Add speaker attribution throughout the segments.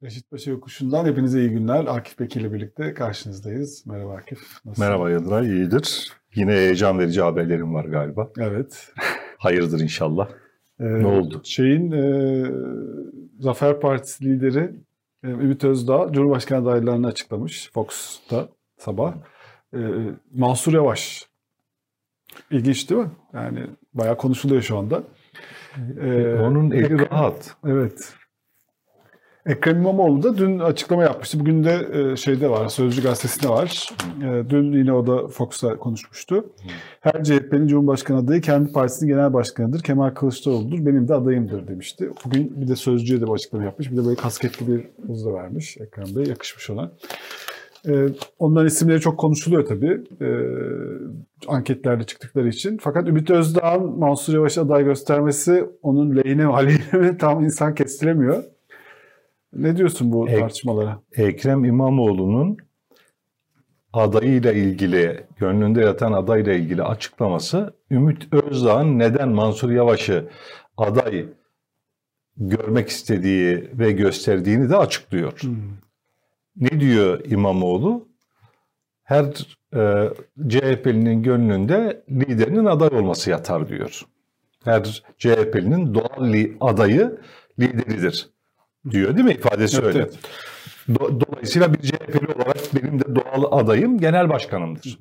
Speaker 1: Eşitpaşa Yokuşu'ndan hepinize iyi günler. Akif Beki ile birlikte karşınızdayız. Merhaba Akif. Nasılsın?
Speaker 2: Merhaba Yıldıray, iyidir. Yine heyecan verici haberlerim var galiba.
Speaker 1: Evet.
Speaker 2: Hayırdır inşallah. Ne oldu?
Speaker 1: Zafer Partisi lideri Ümit Özdağ Cumhurbaşkanı adaylarını açıklamış Fox'ta sabah. Mansur Yavaş. İlginç değil mi? Yani bayağı konuşuluyor şu anda.
Speaker 2: Onun eli rahat.
Speaker 1: Evet. Ekrem İmamoğlu da dün açıklama yapmıştı. Bugün de şeyde var, Sözcü Gazetesi'nde var. Dün yine o da Fox'ta konuşmuştu. Her CHP'nin Cumhurbaşkanı adayı kendi partisinin genel başkanıdır. Kemal Kılıçdaroğlu'dur. Benim de adayımdır demişti. Bugün bir de Sözcü'ye de bir açıklama yapmış. Bir de böyle kasketli bir poz da vermiş Ekrem Bey. Yakışmış ona. Onların isimleri çok konuşuluyor tabii. Anketlerde çıktıkları için. Fakat Ümit Özdağ'ın Mansur Yavaş'a aday göstermesi onun lehine mi aleyhine mi tam insan kestiremiyor. Ne diyorsun bu tartışmalara?
Speaker 2: Ekrem İmamoğlu'nun adayıyla ilgili, gönlünde yatan adayla ilgili açıklaması Ümit Özdağ'ın neden Mansur Yavaş'ı aday görmek istediği ve gösterdiğini de açıklıyor. Ne diyor İmamoğlu? Her CHP'linin gönlünde liderinin aday olması yatar diyor. Her CHP'linin doğal adayı lideridir diyor değil mi? İfadesi öyle.
Speaker 1: Evet.
Speaker 2: Dolayısıyla bir CHP'li olarak benim de doğal adayım genel başkanımdır.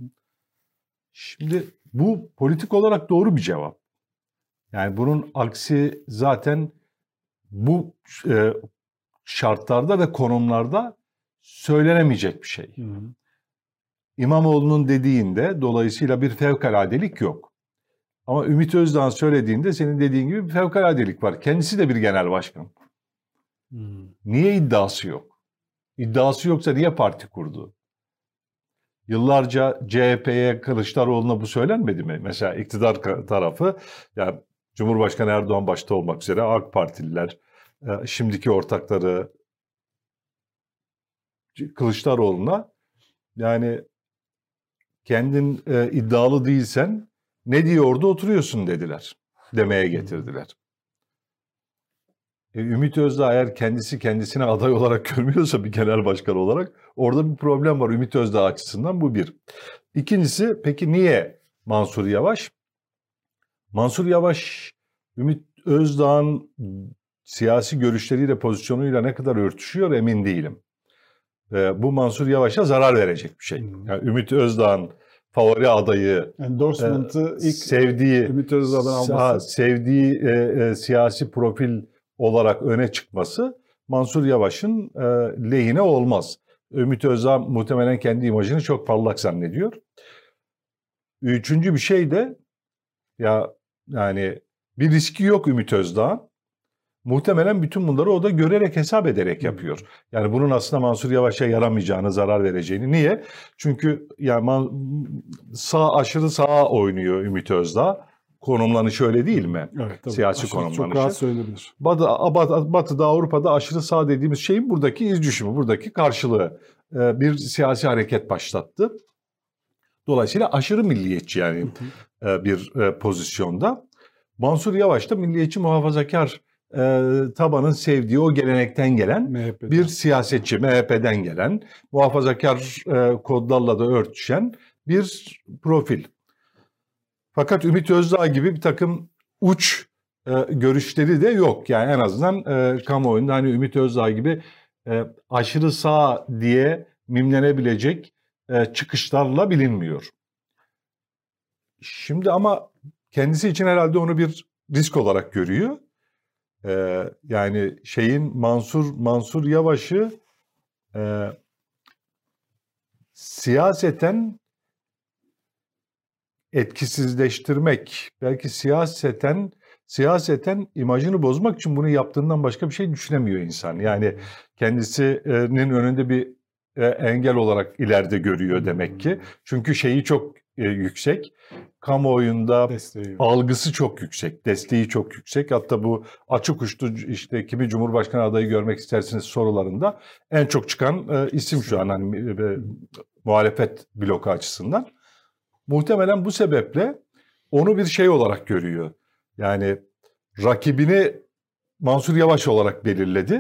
Speaker 2: Şimdi bu politik olarak doğru bir cevap. Yani bunun aksi zaten bu şartlarda ve konumlarda söylenemeyecek bir şey. İmamoğlu'nun dediğinde dolayısıyla bir fevkaladelik yok. Ama Ümit Özdağ'ın söylediğinde senin dediğin gibi bir fevkaladelik var. Kendisi de bir genel başkan. Niye iddiası yok? İddiası yoksa niye parti kurdu? Yıllarca CHP'ye, Kılıçdaroğlu'na bu söylenmedi mi? Mesela iktidar tarafı, yani Cumhurbaşkanı Erdoğan başta olmak üzere AK Partililer, şimdiki ortakları Kılıçdaroğlu'na, yani kendin iddialı değilsen ne diye orada oturuyorsun dediler, demeye getirdiler. Ümit Özdağ eğer kendisine aday olarak görmüyorsa bir genel başkan olarak orada bir problem var Ümit Özdağ açısından, bu bir. İkincisi, peki niye Mansur Yavaş? Mansur Yavaş, Ümit Özdağ'ın siyasi görüşleriyle, pozisyonuyla ne kadar örtüşüyor emin değilim. Bu Mansur Yavaş'a zarar verecek bir şey. Yani Ümit Özdağ'ın favori adayı,
Speaker 1: endorsement'ı ilk
Speaker 2: sevdiği,
Speaker 1: Ümit Özdağ'dan alması,
Speaker 2: sevdiği siyasi profil olarak öne çıkması Mansur Yavaş'ın lehine olmaz. Ümit Özdağ muhtemelen kendi imajını çok parlak zannediyor. Üçüncü bir şey de yani bir riski yok Ümit Özdağ. Muhtemelen bütün bunları o da görerek, hesap ederek yapıyor. Yani bunun aslında Mansur Yavaş'a yaramayacağını, zarar vereceğini. Niye? Çünkü yani aşırı sağa oynuyor Ümit Özdağ. Konumlanışı öyle değil mi?
Speaker 1: Evet, tabii.
Speaker 2: Siyasi
Speaker 1: aşırı
Speaker 2: konumlanışı.
Speaker 1: Çok rahat söylenebilir.
Speaker 2: Batı'da, Avrupa'da aşırı sağ dediğimiz şeyin buradaki iz düşümü, buradaki karşılığı. Bir siyasi hareket başlattı. Dolayısıyla aşırı milliyetçi yani bir pozisyonda. Mansur Yavaş da milliyetçi, muhafazakar tabanın sevdiği, o gelenekten gelen
Speaker 1: MHP'den.
Speaker 2: Bir siyasetçi, MHP'den gelen, muhafazakar kodlarla da örtüşen bir profil. Fakat Ümit Özdağ gibi bir takım uç görüşleri de yok. Yani en azından kamuoyunda hani Ümit Özdağ gibi aşırı sağ diye mimlenebilecek çıkışlarla bilinmiyor. Şimdi ama kendisi için herhalde onu bir risk olarak görüyor. Yani Mansur Yavaş'ı siyaseten etkisizleştirmek, belki siyaseten imajını bozmak için bunu yaptığından başka bir şey düşünemiyor insan. Yani kendisinin önünde bir engel olarak ileride görüyor demek ki. Çünkü şeyi çok yüksek. Kamuoyunda algısı çok yüksek, desteği çok yüksek. Hatta bu açık uçlu işte kimi Cumhurbaşkanı adayı görmek istersiniz sorularında en çok çıkan isim şu an hani muhalefet bloku açısından. Muhtemelen bu sebeple onu bir şey olarak görüyor. Yani rakibini Mansur Yavaş olarak belirledi.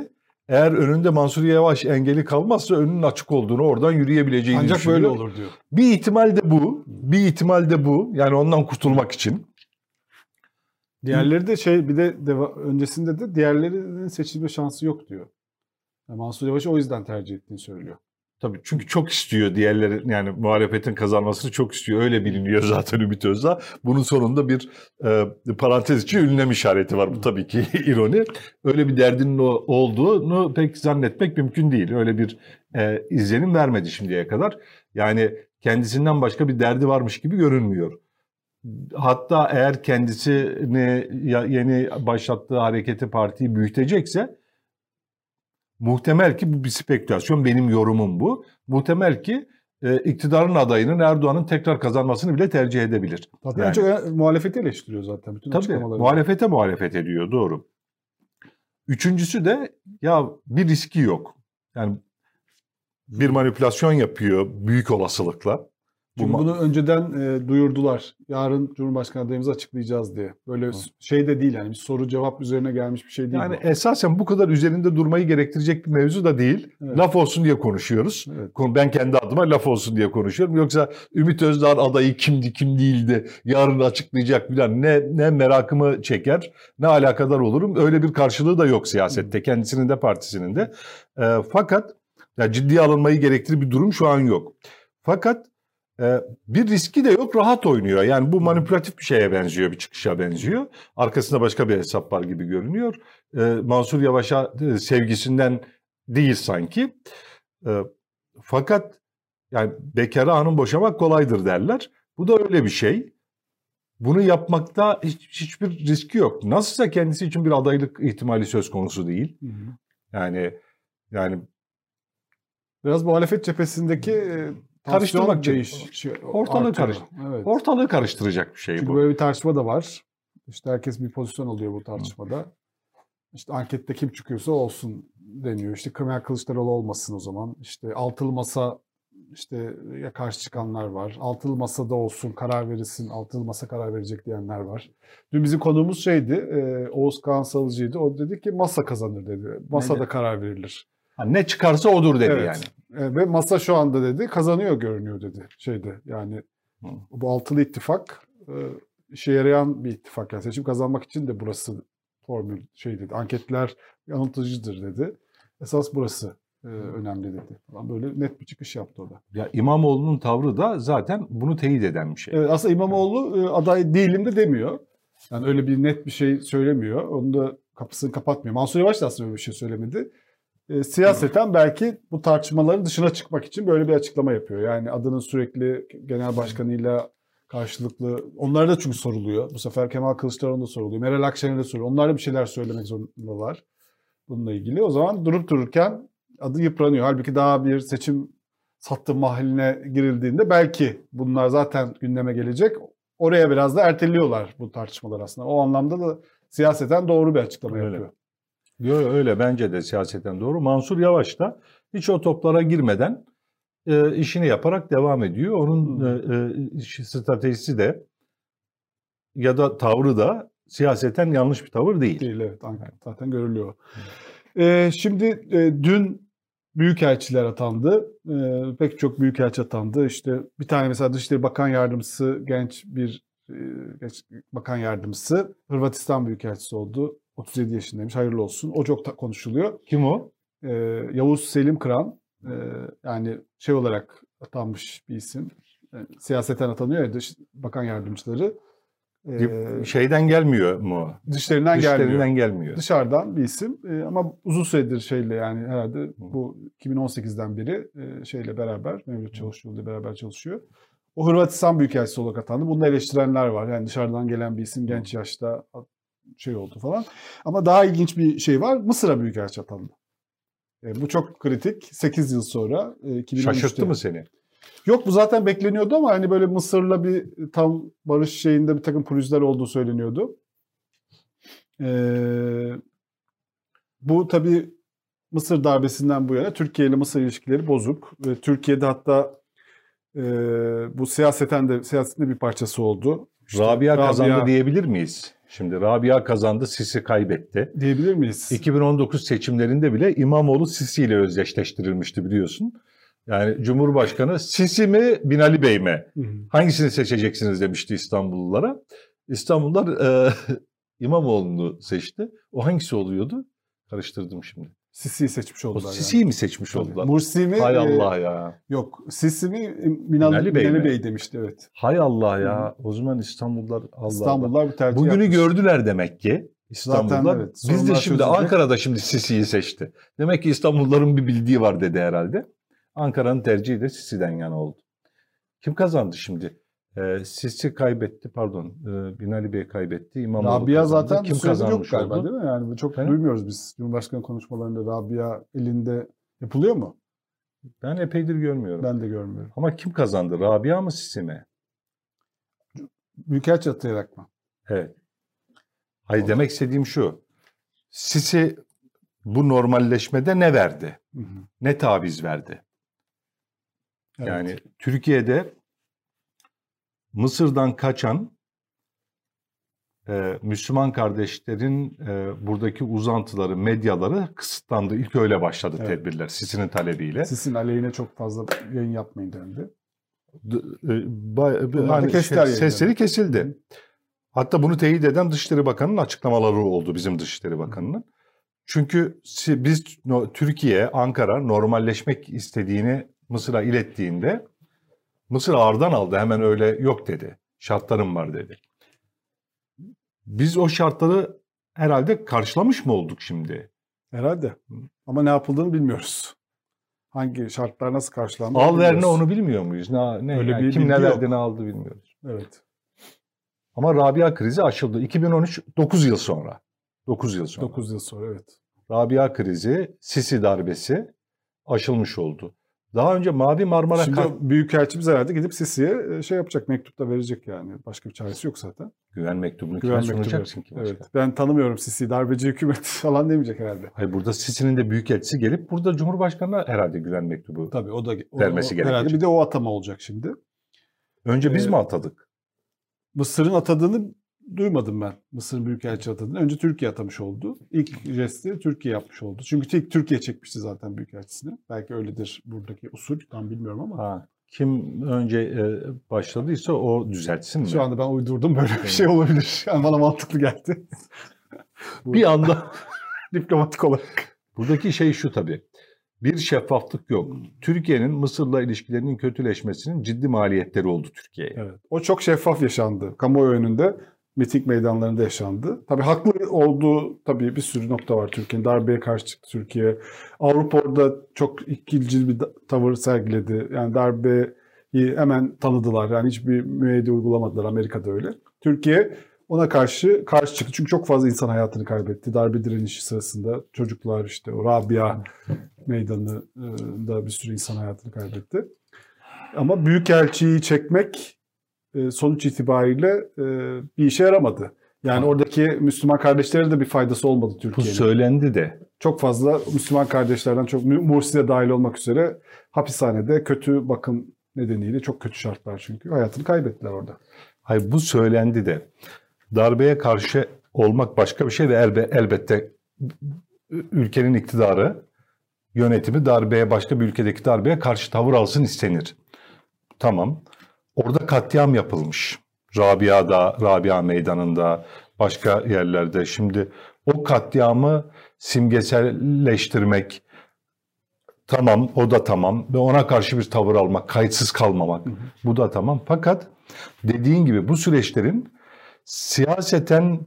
Speaker 2: Eğer önünde Mansur Yavaş engeli kalmazsa önünün açık olduğunu, oradan yürüyebileceğini
Speaker 1: ancak
Speaker 2: düşünüyor.
Speaker 1: böyle olur diyor.
Speaker 2: Bir ihtimal de bu. Bir ihtimal de bu. Yani ondan kurtulmak için.
Speaker 1: Diğerleri de bir de öncesinde de diğerlerinin seçilme şansı yok diyor. Yani Mansur Yavaş'ı o yüzden tercih ettiğini söylüyor.
Speaker 2: Tabii çünkü çok istiyor diğerleri, yani muhalefetin kazanmasını çok istiyor. Öyle biliniyor zaten Ümit Özdağ. Bunun sonunda bir parantez içi ünlem işareti var. Bu tabii ki ironi. Öyle bir derdinin olduğunu pek zannetmek mümkün değil. Öyle bir izlenim vermedi şimdiye kadar. Yani kendisinden başka bir derdi varmış gibi görünmüyor. Hatta eğer kendisini yeni başlattığı hareketi, partiyi büyütecekse, muhtemel ki bu bir spekülasyon, benim yorumum bu. Muhtemel ki iktidarın adayının, Erdoğan'ın tekrar kazanmasını bile tercih edebilir.
Speaker 1: Zaten yani, çok muhalefeti eleştiriyor zaten. Bütün
Speaker 2: tabii muhalefete muhalefet ediyor, doğru. Üçüncüsü de ya bir riski yok. Yani bir manipülasyon yapıyor büyük olasılıkla.
Speaker 1: Çünkü bunu önceden duyurdular. Yarın Cumhurbaşkanı adayımızı açıklayacağız diye. Böyle şey de değil yani, bir soru cevap üzerine gelmiş bir şey değil.
Speaker 2: Yani esasen bu kadar üzerinde durmayı gerektirecek bir mevzu da değil. Evet. Laf olsun diye konuşuyoruz. Evet. Ben kendi adıma laf olsun diye konuşuyorum. Yoksa Ümit Özdağ adayı kimdi, kim değildi, yarın açıklayacak falan, ne merakımı çeker, ne alakadar olurum. Öyle bir karşılığı da yok siyasette. Kendisinin de partisinin de. Fakat ya, ciddiye alınmayı gerektirir bir durum şu an yok. Fakat bir riski de yok, rahat oynuyor. Yani bu manipülatif bir şeye benziyor, bir çıkışa benziyor. Arkasında başka bir hesap var gibi görünüyor. Mansur Yavaş'a sevgisinden değil sanki. Fakat yani bekara hanım boşamak kolaydır derler. Bu da öyle bir şey. Bunu yapmakta hiçbir riski yok. Nasılsa kendisi için bir adaylık ihtimali söz konusu değil. Yani
Speaker 1: biraz muhalefet cephesindeki
Speaker 2: karıştırmak
Speaker 1: ortalığı
Speaker 2: ortalığı karıştıracak bir şey.
Speaker 1: Çünkü
Speaker 2: bu.
Speaker 1: Böyle bir tartışma da var. İşte herkes bir pozisyon alıyor bu tartışmada. İşte ankette kim çıkıyorsa olsun deniyor. İşte Kemal Kılıçdaroğlu olmasın o zaman. İşte altılı masa, işte ya karşı çıkanlar var. Altılı masada olsun, karar verilsin. Altılı masa karar verecek diyenler var. Dün bizim konuğumuz Oğuz Kağan Salıcı'ydı. O dedi ki masa kazanır dedi. Masada karar verilir.
Speaker 2: Ne çıkarsa odur dedi yani.
Speaker 1: Ve masa şu anda dedi kazanıyor görünüyor dedi yani bu altılı ittifak işe yarayan bir ittifak, yani seçim kazanmak için de burası formül dedi, anketler yanıltıcıdır dedi, esas burası önemli dedi falan, böyle net bir çıkış yaptı o da.
Speaker 2: Ya İmamoğlu'nun tavrı da zaten bunu teyit eden bir şey.
Speaker 1: Evet, aslında İmamoğlu aday değilim de demiyor, yani öyle bir net bir şey söylemiyor, onun da kapısını kapatmıyor. Mansur Yavaş da aslında öyle bir şey söylemedi. Siyaseten belki bu tartışmaların dışına çıkmak için böyle bir açıklama yapıyor. Yani adının sürekli genel başkanıyla karşılıklı, onlara da çünkü soruluyor. Bu sefer Kemal Kılıçdaroğlu'na soruluyor. Meral Akşener'e soruluyor. Onlar da bir şeyler söylemek zorundalar bununla ilgili. O zaman durup dururken adı yıpranıyor. Halbuki daha bir seçim sattım mahaline girildiğinde belki bunlar zaten gündeme gelecek. Oraya biraz da erteliyorlar bu tartışmalar aslında. O anlamda da siyaseten doğru bir açıklama yapıyor.
Speaker 2: Öyle, bence de siyaseten doğru. Mansur Yavaş da hiç o toplara girmeden işini yaparak devam ediyor. Onun stratejisi de ya da tavrı da siyaseten yanlış bir tavır değil.
Speaker 1: Değil, evet. Zaten görülüyor. Şimdi dün büyükelçiler atandı. Pek çok büyükelçi atandı. İşte bir tane mesela Dışişleri Bakan Yardımcısı, genç bakan yardımcısı Hırvatistan büyükelçisi oldu. 37 yaşındaymış. Hayırlı olsun. O çok konuşuluyor.
Speaker 2: Kim o?
Speaker 1: Yavuz Selim Kıran. Yani olarak atanmış bir isim. Yani siyaseten atanıyor ya bakan yardımcıları.
Speaker 2: Şeyden gelmiyor mu?
Speaker 1: Dışlarından gelmiyor. Dışarıdan bir isim. Ama uzun süredir yani herhalde bu 2018'den beri beraber, Mevlüt Çavuşoğlu'yla beraber çalışıyor. O Hırvatistan büyükelçisi olarak atandı. Bunu da eleştirenler var. Yani dışarıdan gelen bir isim genç yaşta oldu falan. Ama daha ilginç bir şey var. Mısır'a büyükelçi atandı. Bu çok kritik. 8 yıl sonra 2013'te.
Speaker 2: Şaşırttı mı seni?
Speaker 1: Yok, bu zaten bekleniyordu ama hani böyle Mısır'la bir tam barış şeyinde bir takım pürüzler olduğu söyleniyordu. Bu tabii Mısır darbesinden bu yana Türkiye ile Mısır ilişkileri bozuk. Türkiye'de hatta bu siyasetin de bir parçası oldu.
Speaker 2: İşte Rabia kazandı diyebilir miyiz? Şimdi Rabia kazandı, Sisi kaybetti.
Speaker 1: Diyebilir miyiz?
Speaker 2: 2019 seçimlerinde bile İmamoğlu Sisi ile özdeşleştirilmişti biliyorsun. Yani Cumhurbaşkanı Sisi mi Binali Bey mi? Hangisini seçeceksiniz demişti İstanbullulara. İstanbullular İmamoğlu'nu seçti. O hangisi oluyordu? Karıştırdım şimdi.
Speaker 1: Sisi'yi seçmiş oldular.
Speaker 2: Sisi'yi mi seçmiş oldular?
Speaker 1: Mursi mi?
Speaker 2: Hay Allah ya.
Speaker 1: Yok. Sisi mi? Binali Bey demişti, evet.
Speaker 2: Hay Allah ya. O zaman İstanbullular
Speaker 1: İstanbullular bu tercih
Speaker 2: bugünü
Speaker 1: yapmış.
Speaker 2: Gördüler demek ki. İstanbul'da.
Speaker 1: Zaten evet.
Speaker 2: Biz de şimdi Ankara'da şimdi Sisi'yi seçti. Demek ki İstanbulluların bir bildiği var dedi herhalde. Ankara'nın tercihi de Sisi'den yana oldu. Kim kazandı şimdi? Sisi kaybetti, pardon. Binali Bey kaybetti. İmamoğlu
Speaker 1: Rabia
Speaker 2: kazandı.
Speaker 1: zaten
Speaker 2: kim
Speaker 1: kazanmış
Speaker 2: kazanmış
Speaker 1: galiba
Speaker 2: oldu?
Speaker 1: değil mi? Yani çok duymuyoruz biz. Cumhurbaşkanı konuşmalarında Rabia elinde yapılıyor mu?
Speaker 2: Ben epeydir görmüyorum.
Speaker 1: Ben de görmüyorum.
Speaker 2: Ama kim kazandı? Rabia mı Sisi mi?
Speaker 1: Büyükelçi atayarak mı?
Speaker 2: Evet. Hayır, demek istediğim şu. Sisi bu normalleşmede ne verdi?
Speaker 1: Hı hı.
Speaker 2: Ne taviz verdi?
Speaker 1: Evet.
Speaker 2: Yani Türkiye'de Mısır'dan kaçan Müslüman kardeşlerin buradaki uzantıları, medyaları kısıtlandı. İlk öyle başladı tedbirler Sisi'nin talebiyle.
Speaker 1: Sisi'nin aleyhine çok fazla yayın yapmayın dendi.
Speaker 2: Sesleri kesildi. Hatta bunu teyit eden Dışişleri Bakanı'nın açıklamaları oldu, bizim Dışişleri Bakanı'nın. Çünkü biz Türkiye, Ankara normalleşmek istediğini Mısır'a ilettiğinde Mısır ağırdan aldı, hemen öyle yok dedi. Şartlarım var dedi. Biz o şartları herhalde karşılamış mı olduk şimdi?
Speaker 1: Herhalde. Ama ne yapıldığını bilmiyoruz. Hangi şartlar nasıl karşılandı?
Speaker 2: Al ver ne onu bilmiyor muyuz?
Speaker 1: Öyle
Speaker 2: yani kim ne verdi ne aldı bilmiyoruz.
Speaker 1: Evet.
Speaker 2: Ama Rabia krizi aşıldı. 2013 9 yıl sonra. 9 yıl sonra.
Speaker 1: 9 yıl sonra, evet.
Speaker 2: Rabia krizi, Sisi darbesi aşılmış oldu. Daha önce Mavi Marmara...
Speaker 1: Şimdi Büyükelçimiz herhalde gidip Sisi'ye şey yapacak, mektupta verecek yani. Başka bir çaresi yok zaten.
Speaker 2: Güven mektubunu kime sunacaksın ki başka?
Speaker 1: Evet. Ben tanımıyorum Sisi'yi, darbeci hükümet falan demeyecek herhalde.
Speaker 2: Hayır, burada Sisi'nin de büyükelçisi gelip burada Cumhurbaşkanı'na herhalde güven mektubu
Speaker 1: tabii, o da
Speaker 2: vermesi gerekecek.
Speaker 1: Herhalde bir de o atama olacak şimdi.
Speaker 2: Önce biz mi atadık?
Speaker 1: Mısır'ın atadığını duymadım ben. Mısır'ın büyükelçi atadığını. Önce Türkiye atamış oldu. İlk jesti Türkiye yapmış oldu. Çünkü ilk Türkiye çekmişti zaten büyükelçisini. Belki öyledir buradaki usul. Tam bilmiyorum ama.
Speaker 2: Kim önce başladıysa o düzeltsin mi?
Speaker 1: Şu anda ben uydurdum, böyle bir şey olabilir. Yani bana mantıklı geldi.
Speaker 2: Bir anda
Speaker 1: diplomatik olarak.
Speaker 2: Buradaki şey şu tabii. Bir şeffaflık yok. Türkiye'nin Mısır'la ilişkilerinin kötüleşmesinin ciddi maliyetleri oldu Türkiye'ye.
Speaker 1: Evet. O çok şeffaf yaşandı. Kamuoyu önünde, miting meydanlarında yaşandı. Tabii haklı olduğu tabii bir sürü nokta var Türkiye'nin. Darbeye karşı çıktı Türkiye. Avrupa orada çok ikilcil bir tavır sergiledi. Yani darbeyi hemen tanıdılar. Yani hiçbir müeyyide uygulamadılar. Amerika'da öyle. Türkiye ona karşı çıktı. Çünkü çok fazla insan hayatını kaybetti. Darbe direnişi sırasında çocuklar, işte o Rabia meydanında bir sürü insan hayatını kaybetti. Ama büyükelçiyi çekmek sonuç itibariyle bir işe yaramadı. Yani oradaki Müslüman kardeşlere de bir faydası olmadı Türkiye'nin.
Speaker 2: Bu söylendi de.
Speaker 1: Çok fazla Müslüman kardeşlerden, çok Mursi de dahil olmak üzere hapishanede kötü bakım nedeniyle, çok kötü şartlar çünkü, hayatını kaybettiler orada.
Speaker 2: Hayır, bu söylendi de. Darbeye karşı olmak başka bir şey ve elbette ülkenin iktidarı, yönetimi başka bir ülkedeki darbeye karşı tavır alsın istenir. Tamam. Orada katliam yapılmış. Rabia Meydanı'nda, başka yerlerde. Şimdi o katliamı simgeselleştirmek, tamam, o da tamam. Ve ona karşı bir tavır almak, kayıtsız kalmamak, bu da tamam. Fakat dediğin gibi bu süreçlerin siyaseten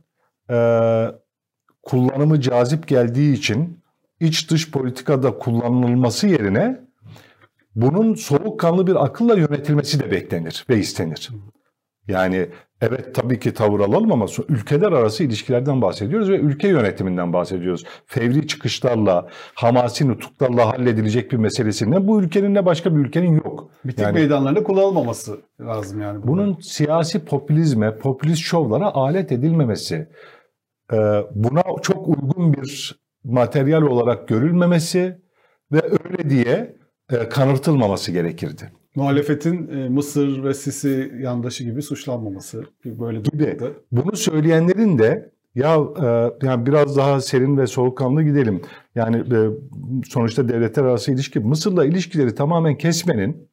Speaker 2: kullanımı cazip geldiği için iç dış politikada kullanılması yerine bunun soğukkanlı bir akılla yönetilmesi de beklenir ve istenir. Yani evet, tabii ki tavır alalım ama ülkeler arası ilişkilerden bahsediyoruz ve ülke yönetiminden bahsediyoruz. Fevri çıkışlarla, hamasi nutuklarla halledilecek bir meselesi ne bu ülkenin ne başka bir ülkenin yok.
Speaker 1: Miting meydanlarında kullanılmaması lazım yani.
Speaker 2: Bunun siyasi popülizme, popülist şovlara alet edilmemesi, buna çok uygun bir materyal olarak görülmemesi ve öyle diye kanırtılmaması gerekirdi.
Speaker 1: Muhalefetin Mısır ve Sisi yandaşı gibi suçlanmaması böyle
Speaker 2: gibi. Bunu söyleyenlerin de yani biraz daha serin ve soğukkanlı gidelim. Yani sonuçta devletler arası ilişki, Mısır'la ilişkileri tamamen kesmenin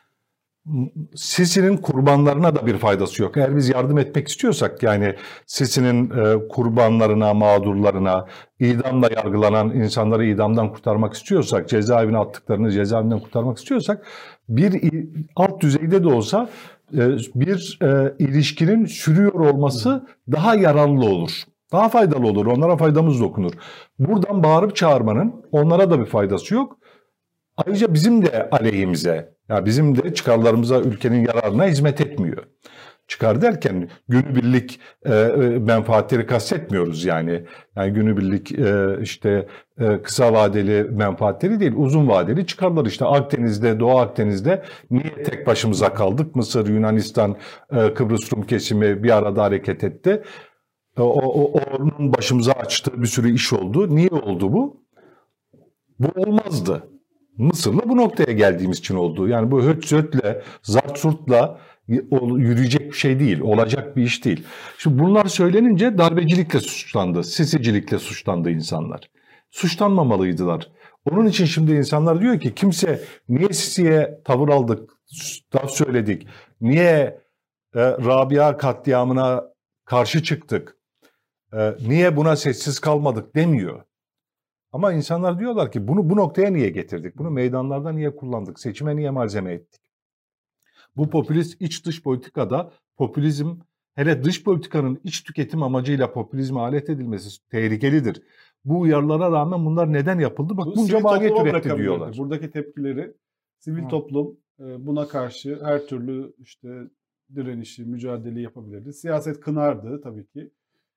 Speaker 2: Sisi'nin kurbanlarına da bir faydası yok. Eğer biz yardım etmek istiyorsak, yani Sisi'nin kurbanlarına, mağdurlarına, idamla yargılanan insanları idamdan kurtarmak istiyorsak, cezaevine attıklarını cezaevinden kurtarmak istiyorsak, bir alt düzeyde de olsa bir ilişkinin sürüyor olması daha yararlı olur. Daha faydalı olur. Onlara faydamız dokunur. Buradan bağırıp çağırmanın onlara da bir faydası yok. Ayrıca bizim de aleyhimize, ya bizim de çıkarlarımıza, ülkenin yararına hizmet etmiyor. Çıkar derken günübirlik menfaatleri kastetmiyoruz yani. Yani günübirlik kısa vadeli menfaatleri değil, uzun vadeli çıkarlar. İşte Akdeniz'de, Doğu Akdeniz'de niye tek başımıza kaldık? Mısır, Yunanistan, Kıbrıs Rum kesimi bir arada hareket etti. Onun başımıza açtığı bir sürü iş oldu. Niye oldu bu? Bu olmazdı. Mısır'la bu noktaya geldiğimiz için oldu. Yani bu höt-sötle, zart-surtla yürüyecek bir şey değil, olacak bir iş değil. Şimdi bunlar söylenince darbecilikle suçlandı, sisicilikle suçlandı insanlar. Suçlanmamalıydılar. Onun için şimdi insanlar diyor ki kimse niye Sisi'ye tavır aldık, laf söyledik, niye Rabia katliamına karşı çıktık, niye buna sessiz kalmadık demiyor. Ama insanlar diyorlar ki bunu bu noktaya niye getirdik? Bunu meydanlarda niye kullandık? Seçime niye malzeme ettik? Bu popülist iç dış politikada popülizm, hele dış politikanın iç tüketim amacıyla popülizme alet edilmesi tehlikelidir. Bu uyarılara rağmen bunlar neden yapıldı? Bak bunca maliyet üretti diyorlar.
Speaker 1: Buradaki tepkileri sivil toplum buna karşı her türlü işte direnişi, mücadele yapabilirdi. Siyaset kınardı tabii ki.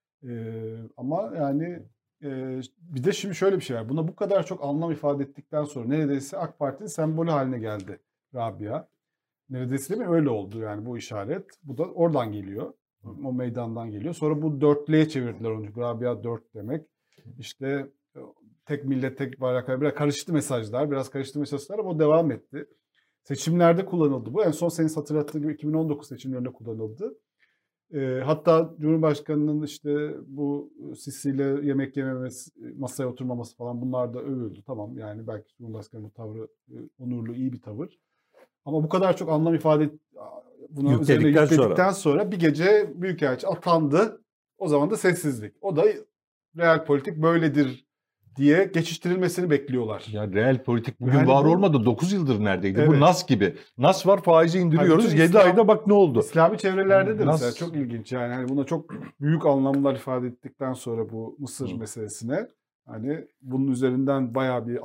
Speaker 1: Ama yani bir de şimdi şöyle bir şey var. Buna bu kadar çok anlam ifade ettikten sonra neredeyse AK Parti'nin sembolü haline geldi Rabia. Neredeyse değil mi? Öyle oldu yani bu işaret. Bu da oradan geliyor. O meydandan geliyor. Sonra bu dörtlüğe çevirdiler onu. Rabia dört demek. İşte tek millet, tek bayrak. Biraz karıştı mesajlar. Biraz karıştı mesajlar ama o devam etti. Seçimlerde kullanıldı bu. En son senin hatırlattığın gibi 2019 seçimlerinde kullanıldı. Hatta Cumhurbaşkanı'nın işte bu Sisi'yle yemek yememesi, masaya oturmaması falan bunlar da övüldü. Tamam yani belki Cumhurbaşkanı'nın tavrı onurlu, iyi bir tavır. Ama bu kadar çok anlam ifade buna üzerine yükledikten sonra bir gece Büyükelçi atandı. O zaman da sessizlik. O da real politik böyledir diye geçiştirilmesini bekliyorlar.
Speaker 2: Ya real politik bugün yani var olmadı. 9 yıldır neredeydi? Evet. Bu NAS gibi. NAS var, faizi indiriyoruz. 7 ayda bak ne oldu?
Speaker 1: İslami çevrelerde de mesela çok ilginç. Yani hani buna çok büyük anlamlar ifade ettikten sonra bu Mısır meselesine hani bunun üzerinden bayağı bir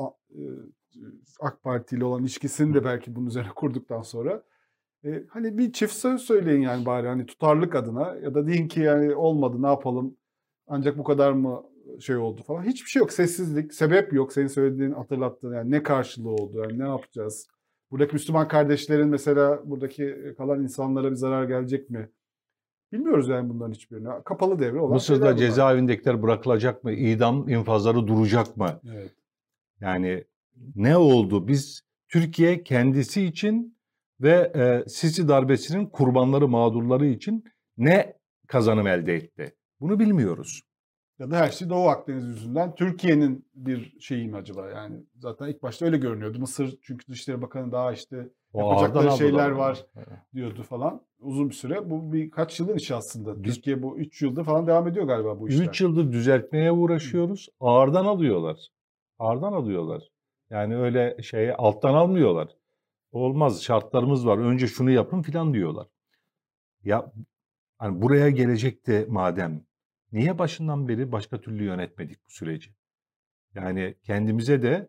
Speaker 1: AK Parti ile olan ilişkisini de belki bunun üzerine kurduktan sonra hani bir çift söz söyleyin yani bari hani tutarlılık adına ya da deyin ki yani olmadı ne yapalım ancak bu kadar mı şey oldu falan. Hiçbir şey yok. Sessizlik. Sebep yok. Senin söylediğin, hatırlattığın yani ne karşılığı oldu? Yani ne yapacağız? Buradaki Müslüman kardeşlerin mesela buradaki kalan insanlara bir zarar gelecek mi? Bilmiyoruz yani bunların hiçbirini. Kapalı devre olan
Speaker 2: Mısır'da cezaevindekiler bırakılacak mı? İdam infazları duracak mı?
Speaker 1: Evet.
Speaker 2: Yani ne oldu? Biz Türkiye kendisi için ve Sisi darbesinin kurbanları, mağdurları için ne kazanım elde etti? Bunu bilmiyoruz.
Speaker 1: Ya da her şey Doğu Akdeniz yüzünden Türkiye'nin bir şeyi mi acaba? Yani zaten ilk başta öyle görünüyordu. Mısır çünkü Dışişleri Bakanı daha işte yapacakları şeyler var diyordu falan. Uzun bir süre. Bu birkaç yılın işi aslında. Türkiye bu 3 yıldır falan devam ediyor galiba bu işler.
Speaker 2: 3 yıldır düzeltmeye uğraşıyoruz. Ağırdan alıyorlar. Ağırdan alıyorlar. Yani öyle alttan almıyorlar. Olmaz, şartlarımız var. Önce şunu yapın filan diyorlar. Ya hani buraya gelecekti madem. Niye başından beri başka türlü yönetmedik bu süreci? Yani kendimize de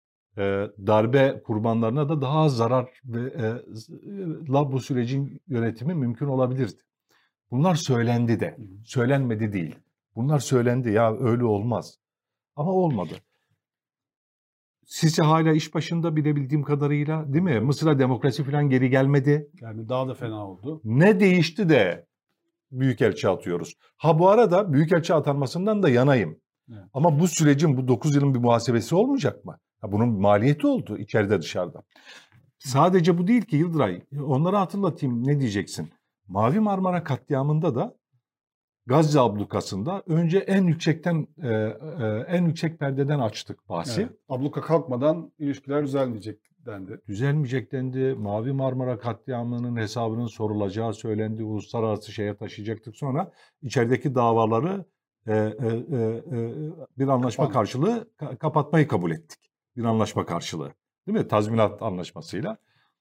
Speaker 2: darbe kurbanlarına da daha az zararla bu sürecin yönetimi mümkün olabilirdi. Bunlar söylendi de, söylenmedi değil. Bunlar söylendi ya öyle olmaz. Ama olmadı. Sisi hala iş başında bilebildiğim kadarıyla değil mi? Mısır'a demokrasi falan geri gelmedi.
Speaker 1: Yani daha da fena oldu.
Speaker 2: Ne değişti de Büyükelçi atıyoruz. Ha bu arada Büyükelçi atanmasından da yanayım. Evet. Ama bu sürecin bu 9 yılın bir muhasebesi olmayacak mı? Ha, bunun maliyeti oldu içeride dışarıda. sadece bu değil ki Yıldıray. Onları hatırlatayım, ne diyeceksin? Mavi Marmara katliamında da Gazze ablukasında önce en yüksek perdeden açtık bahsi.
Speaker 1: Evet. Abluka kalkmadan ilişkiler düzelmeyecek dendi.
Speaker 2: Düzelmeyecek dendi. Mavi Marmara katliamının hesabının sorulacağı söylendi. Uluslararası şeye taşıyacaktık. Sonra içerideki davaları bir anlaşma karşılığı kapatmayı kabul ettik. Bir anlaşma karşılığı. Değil mi? Tazminat anlaşmasıyla.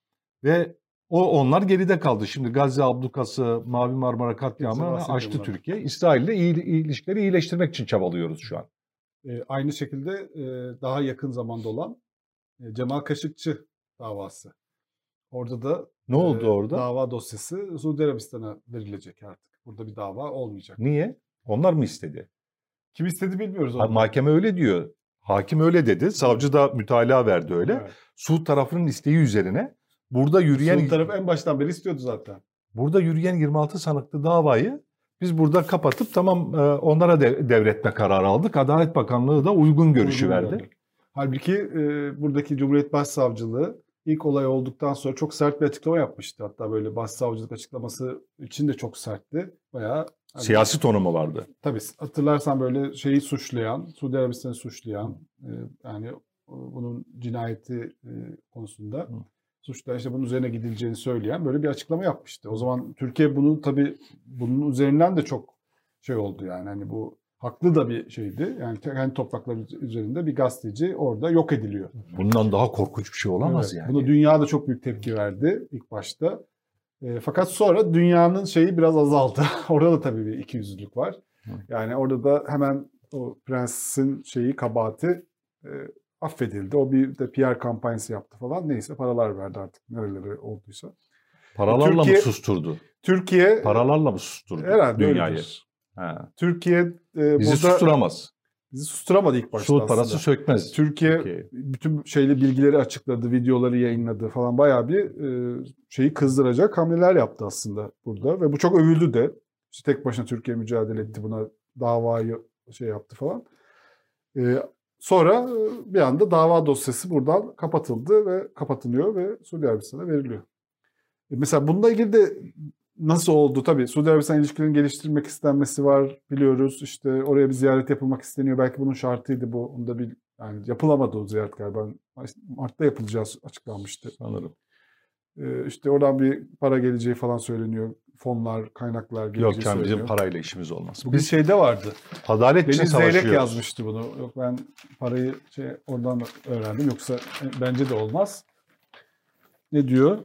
Speaker 2: Ve onlar geride kaldı. Şimdi Gazze ablukası, Mavi Marmara katliamını açtı Türkiye. İsrail'le ilişkileri iyileştirmek için çabalıyoruz şu an.
Speaker 1: Aynı şekilde daha yakın zamanda olan Cemal Kaşıkçı davası. Orada da
Speaker 2: ne oldu orada?
Speaker 1: Dava dosyası Suudi Arabistan'a verilecek artık. Burada bir dava olmayacak.
Speaker 2: Niye? Onlar mı istedi?
Speaker 1: Kim istedi bilmiyoruz.
Speaker 2: Mahkeme öyle diyor. Hakim öyle dedi. Savcı da mütalaa verdi öyle. Evet. Suud tarafının isteği üzerine burada yürüyen...
Speaker 1: Suud tarafı en baştan beri istiyordu zaten.
Speaker 2: Burada yürüyen 26 sanıklı davayı biz burada kapatıp tamam onlara devretme kararı aldık. Adalet Bakanlığı da uygun görüşü verdi.
Speaker 1: Halbuki buradaki Cumhuriyet Başsavcılığı ilk olay olduktan sonra çok sert bir açıklama yapmıştı. Hatta böyle başsavcılık açıklaması için de çok sertti. Bayağı
Speaker 2: siyasi tonu mu vardı?
Speaker 1: Tabii. Hatırlarsan böyle şeyi suçlayan, Suudi Arabistan'ı suçlayan, yani bunun cinayeti konusunda suçlayan, işte bunun üzerine gidileceğini söyleyen böyle bir açıklama yapmıştı. O zaman Türkiye bunu tabii bunun üzerinden de çok şey oldu yani. Hani bu haklı da bir şeydi. Yani kendi toprakları üzerinde bir gazeteci orada yok ediliyor.
Speaker 2: Bundan daha korkunç bir şey olamaz yani.
Speaker 1: Buna dünya da çok büyük tepki verdi ilk başta. Fakat sonra dünyanın şeyi biraz azaldı. Orada da tabii bir ikiyüzlülük var. Yani orada da hemen o prensin kabahati affedildi. O bir de PR kampanyası yaptı falan. Neyse paralar verdi artık nereleri olduysa.
Speaker 2: Paralarla mı susturdu?
Speaker 1: Türkiye
Speaker 2: paralarla mı susturdu
Speaker 1: herhalde
Speaker 2: dünyayı?
Speaker 1: Türkiye
Speaker 2: bizi susturamaz.
Speaker 1: Bizi susturamadı ilk başta.
Speaker 2: Suud parası sökmez.
Speaker 1: Türkiye bütün bilgileri açıkladı, videoları yayınladı falan. Bayağı bir şeyi kızdıracak hamleler yaptı aslında burada. Ve bu çok övüldü de. İşte tek başına Türkiye mücadele etti buna. Davayı yaptı falan. Sonra bir anda dava dosyası buradan kapatıldı ve kapatılıyor ve Suudi Arabistan'a veriliyor. Mesela bununla ilgili de nasıl oldu? Tabii Suudi Arabistan ilişkilerini geliştirmek istenmesi var biliyoruz. İşte oraya bir ziyaret yapılmak isteniyor. Belki bunun şartıydı bu. Onda yani yapılamadı o ziyaret galiba. Mart'ta yapılacağı açıklanmıştı.
Speaker 2: Sanırım.
Speaker 1: İşte oradan bir para geleceği falan söyleniyor. Fonlar, kaynaklar geleceği
Speaker 2: söyleniyor. Yok bizim parayla işimiz olmaz.
Speaker 1: Bugün şeyde vardı.
Speaker 2: Adalet için savaşıyoruz.
Speaker 1: Zeyrek yazmıştı bunu. Yok ben parayı oradan öğrendim. Yoksa bence de olmaz. Ne diyor?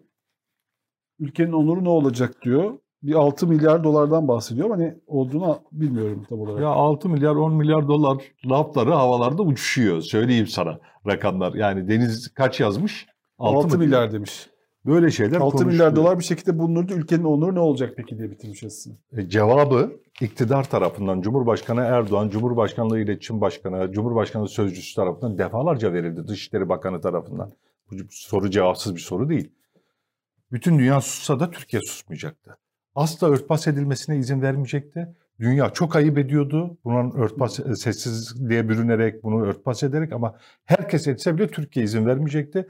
Speaker 1: Ülkenin onuru ne olacak diyor. Bir 6 milyar dolardan bahsediyor ama ne olduğunu bilmiyorum tam olarak.
Speaker 2: Ya 6 milyar 10 milyar dolar lafları havalarda uçuşuyor. Söyleyeyim sana rakamlar. Yani Deniz kaç yazmış?
Speaker 1: 6 milyar demiş.
Speaker 2: Böyle şeyler
Speaker 1: 6 milyar dolar bir şekilde bulunurdu. Ülkenin onuru ne olacak peki diye bitirmiş aslında.
Speaker 2: Cevabı iktidar tarafından Cumhurbaşkanı Erdoğan, Cumhurbaşkanlığı İletişim Başkanı, Cumhurbaşkanı Sözcüsü tarafından defalarca verildi. Dışişleri Bakanı tarafından. Bu soru cevapsız bir soru değil. Bütün dünya sussa da Türkiye susmayacaktı. Asla örtbas edilmesine izin vermeyecekti. Dünya çok ayıp ediyordu. Bunun sessizliğe bürünerek, bunu örtbas ederek ama herkes etse bile Türkiye izin vermeyecekti.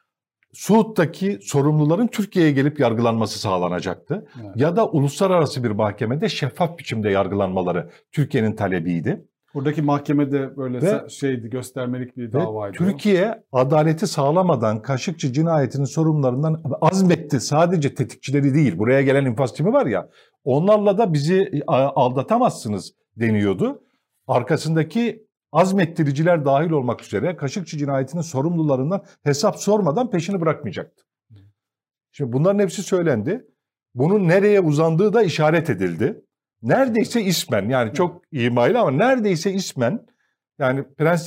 Speaker 2: Suud'daki sorumluların Türkiye'ye gelip yargılanması sağlanacaktı. Evet. Ya da uluslararası bir mahkemede şeffaf biçimde yargılanmaları Türkiye'nin talebiydi.
Speaker 1: Buradaki mahkemede böyle göstermelik bir davaydı.
Speaker 2: Türkiye adaleti sağlamadan Kaşıkçı cinayetinin sorumlularından azmetti. Sadece tetikçileri değil, buraya gelen infaz timi var ya, onlarla da bizi aldatamazsınız deniyordu. Arkasındaki azmettiriciler dahil olmak üzere Kaşıkçı cinayetinin sorumlularından hesap sormadan peşini bırakmayacaktı. Şimdi bunların hepsi söylendi. Bunun nereye uzandığı da işaret edildi. Neredeyse ismen, yani çok imaylı ama neredeyse ismen, yani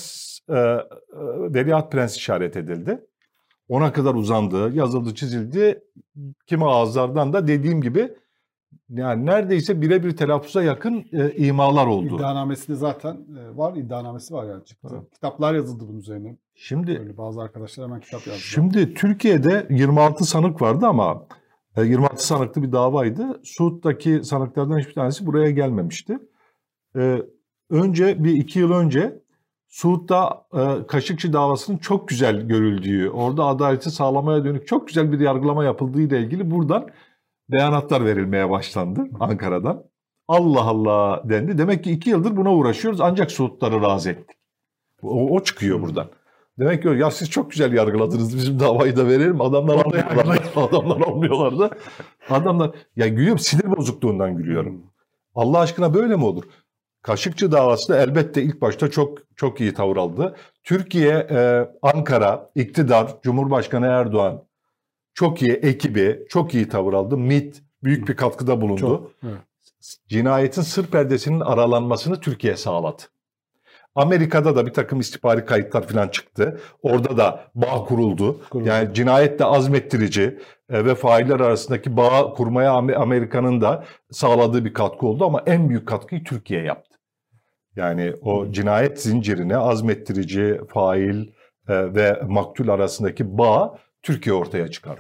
Speaker 2: Veliaht Prens işaret edildi. Ona kadar uzandı, yazıldı, çizildi. Kimi ağızlardan da dediğim gibi yani neredeyse birebir telaffuza yakın imalar oldu.
Speaker 1: İddianamesi de zaten var, iddianamesi var yani çıktı. Evet. Kitaplar yazıldı bunun üzerine.
Speaker 2: Şimdi
Speaker 1: böyle bazı arkadaşlar hemen kitap yazdılar.
Speaker 2: Şimdi Türkiye'de 26 sanık vardı ama 26 sanıklı bir davaydı. Suud'daki sanıklardan hiçbir tanesi buraya gelmemişti. Önce bir 2 yıl önce Suud'da Kaşıkçı davasının çok güzel görüldüğü, orada adaleti sağlamaya dönük çok güzel bir yargılama yapıldığı ile ilgili buradan beyanatlar verilmeye başlandı Ankara'dan. Allah Allah dendi. Demek ki 2 yıldır buna uğraşıyoruz ancak Suudları razı ettik. O çıkıyor buradan. Demek ki ya siz çok güzel yargıladınız, bizim davayı da verelim. Adamlar almıyorlar. Adamlar almıyorlar da. Adamlar ya gülüyorum, sinir bozukluğundan gülüyorum. Allah aşkına böyle mi olur? Kaşıkçı davası da elbette ilk başta çok iyi tavır aldı. Türkiye, Ankara, iktidar, Cumhurbaşkanı Erdoğan çok iyi, ekibi çok iyi tavır aldı. MİT büyük bir katkıda bulundu. Evet. Cinayetin sır perdesinin aralanmasını Türkiye sağladı. Amerika'da da bir takım istihbari kayıtlar falan çıktı. Orada da bağ kuruldu. Yani cinayet de azmettirici ve failler arasındaki bağ kurmaya Amerika'nın da sağladığı bir katkı oldu ama en büyük katkıyı Türkiye yaptı. Yani o cinayet zincirine azmettirici, fail ve maktul arasındaki bağ Türkiye ortaya çıkardı.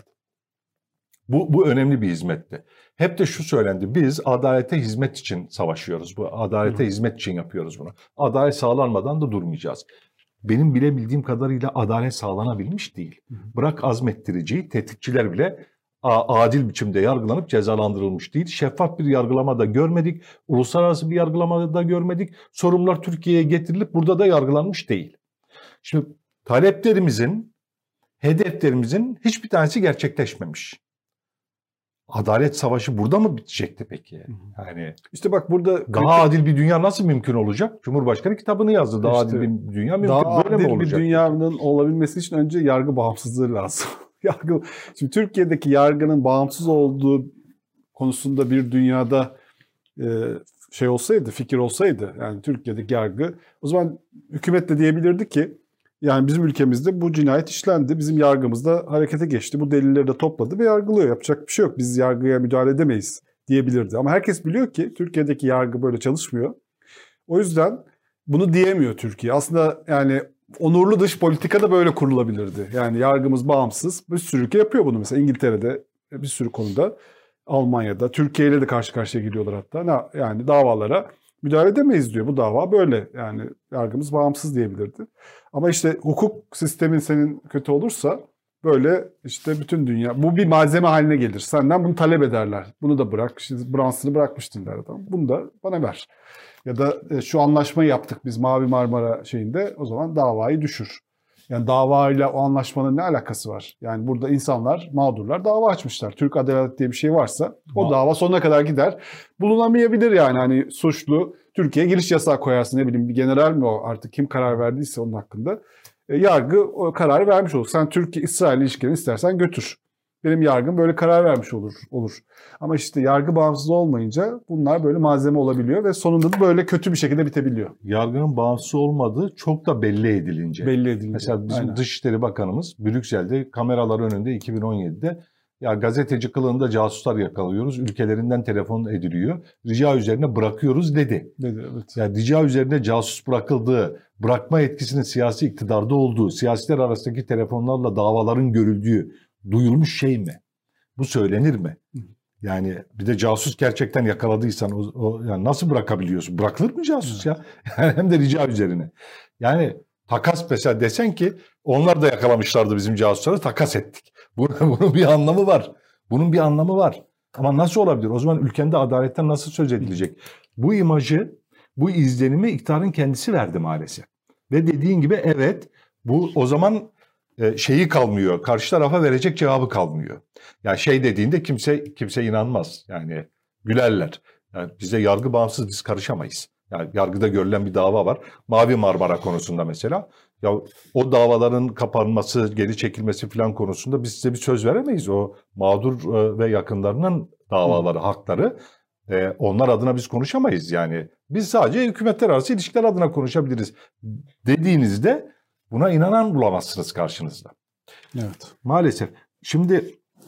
Speaker 2: Bu önemli bir hizmetti. Hep de şu söylendi, biz adalete hizmet için savaşıyoruz. Bu adalete hizmet için yapıyoruz bunu. Adalet sağlanmadan da durmayacağız. Benim bilebildiğim kadarıyla adalet sağlanabilmiş değil. Bırak azmettiriciyi, tetikçiler bile adil biçimde yargılanıp cezalandırılmış değil. Şeffaf bir yargılama da görmedik. Uluslararası bir yargılama da görmedik. Sorumlular Türkiye'ye getirilip burada da yargılanmış değil. Şimdi taleplerimizin, hedeflerimizin hiçbir tanesi gerçekleşmemiş. Adalet savaşı burada mı bitecekti peki? Yani
Speaker 1: işte bak burada
Speaker 2: daha adil bir dünya nasıl mümkün olacak? Cumhurbaşkanı kitabını yazdı. Daha adil bir dünya mümkün.
Speaker 1: Daha
Speaker 2: böyle
Speaker 1: adil
Speaker 2: mi olacak?
Speaker 1: Bir dünyanın olabilmesi için önce yargı bağımsızlığı lazım. Şimdi Türkiye'deki yargının bağımsız olduğu konusunda bir dünyada şey olsaydı, fikir olsaydı, yani Türkiye'deki yargı, o zaman hükümet de diyebilirdi ki yani bizim ülkemizde bu cinayet işlendi, bizim yargımız da harekete geçti, bu delilleri de topladı ve yargılıyor. Yapacak bir şey yok, biz yargıya müdahale edemeyiz diyebilirdi. Ama herkes biliyor ki Türkiye'deki yargı böyle çalışmıyor. O yüzden bunu diyemiyor Türkiye. Aslında yani onurlu dış politika da böyle kurulabilirdi. Yani yargımız bağımsız. Bir sürü ülke yapıyor bunu mesela. İngiltere'de bir sürü konuda, Almanya'da, Türkiye ile de karşı karşıya geliyorlar hatta. Yani davalara müdahale edemeyiz diyor. Bu dava böyle. Yani yargımız bağımsız diyebilirdi. Ama işte hukuk sistemin senin kötü olursa böyle işte bütün dünya, bu bir malzeme haline gelir. Senden bunu talep ederler. Bunu da bırak. İşte Brunson'ı bırakmıştın der adam. Bunu da bana ver. Ya da şu anlaşmayı yaptık biz Mavi Marmara şeyinde, o zaman davayı düşür. Yani davayla o anlaşmanın ne alakası var? Yani burada insanlar, mağdurlar dava açmışlar. Türk adalet diye bir şey varsa o dava sonuna kadar gider. Bulunamayabilir yani, hani suçlu Türkiye'ye giriş yasağı koyarsın, ne bileyim bir general mi o artık, kim karar verdiyse onun hakkında. Yargı o kararı vermiş olur. Sen Türkiye-İsrail ilişkilerini istersen götür. Benim yargım böyle karar vermiş olur. Ama işte yargı bağımsız olmayınca bunlar böyle malzeme olabiliyor ve sonunda da böyle kötü bir şekilde bitebiliyor.
Speaker 2: Yargının bağımsız olmadığı çok da belli edilince. Mesela bizim
Speaker 1: aynen.
Speaker 2: Dışişleri Bakanımız Brüksel'de kameralar önünde 2017'de ya gazeteci kılığında casuslar yakalıyoruz, ülkelerinden telefon ediliyor, rica üzerine bırakıyoruz dedi.
Speaker 1: Evet.
Speaker 2: Yani rica üzerine casus bırakıldığı, bırakma etkisinin siyasi iktidarda olduğu, siyasiler arasındaki telefonlarla davaların görüldüğü duyulmuş şey mi? Bu söylenir mi? Yani bir de casus gerçekten yakaladıysan yani nasıl bırakabiliyorsun? Bırakılır mı casus ya? Yani hem de rica üzerine. Yani takas mesela desen ki onlar da yakalamışlardı bizim casusları, takas ettik. Bunun bir anlamı var. Bunun bir anlamı var. Ama nasıl olabilir? O zaman ülkende adaletten nasıl söz edilecek? Bu imajı, bu izlenimi iktidarın kendisi verdi maalesef. Ve dediğin gibi evet, bu o zaman şeyi kalmıyor. Karşı tarafa verecek cevabı kalmıyor. Yani şey dediğinde kimse inanmaz. Yani gülerler. Yani bize yargı bağımsız, biz karışamayız. Yani yargıda görülen bir dava var. Mavi Marmara konusunda mesela. Ya o davaların kapanması, geri çekilmesi falan konusunda biz size bir söz veremeyiz. O mağdur ve yakınlarının davaları, hakları. Onlar adına biz konuşamayız yani. Biz sadece hükümetler arası ilişkiler adına konuşabiliriz dediğinizde buna inanan bulamazsınız karşınızda.
Speaker 1: Evet.
Speaker 2: Maalesef. Şimdi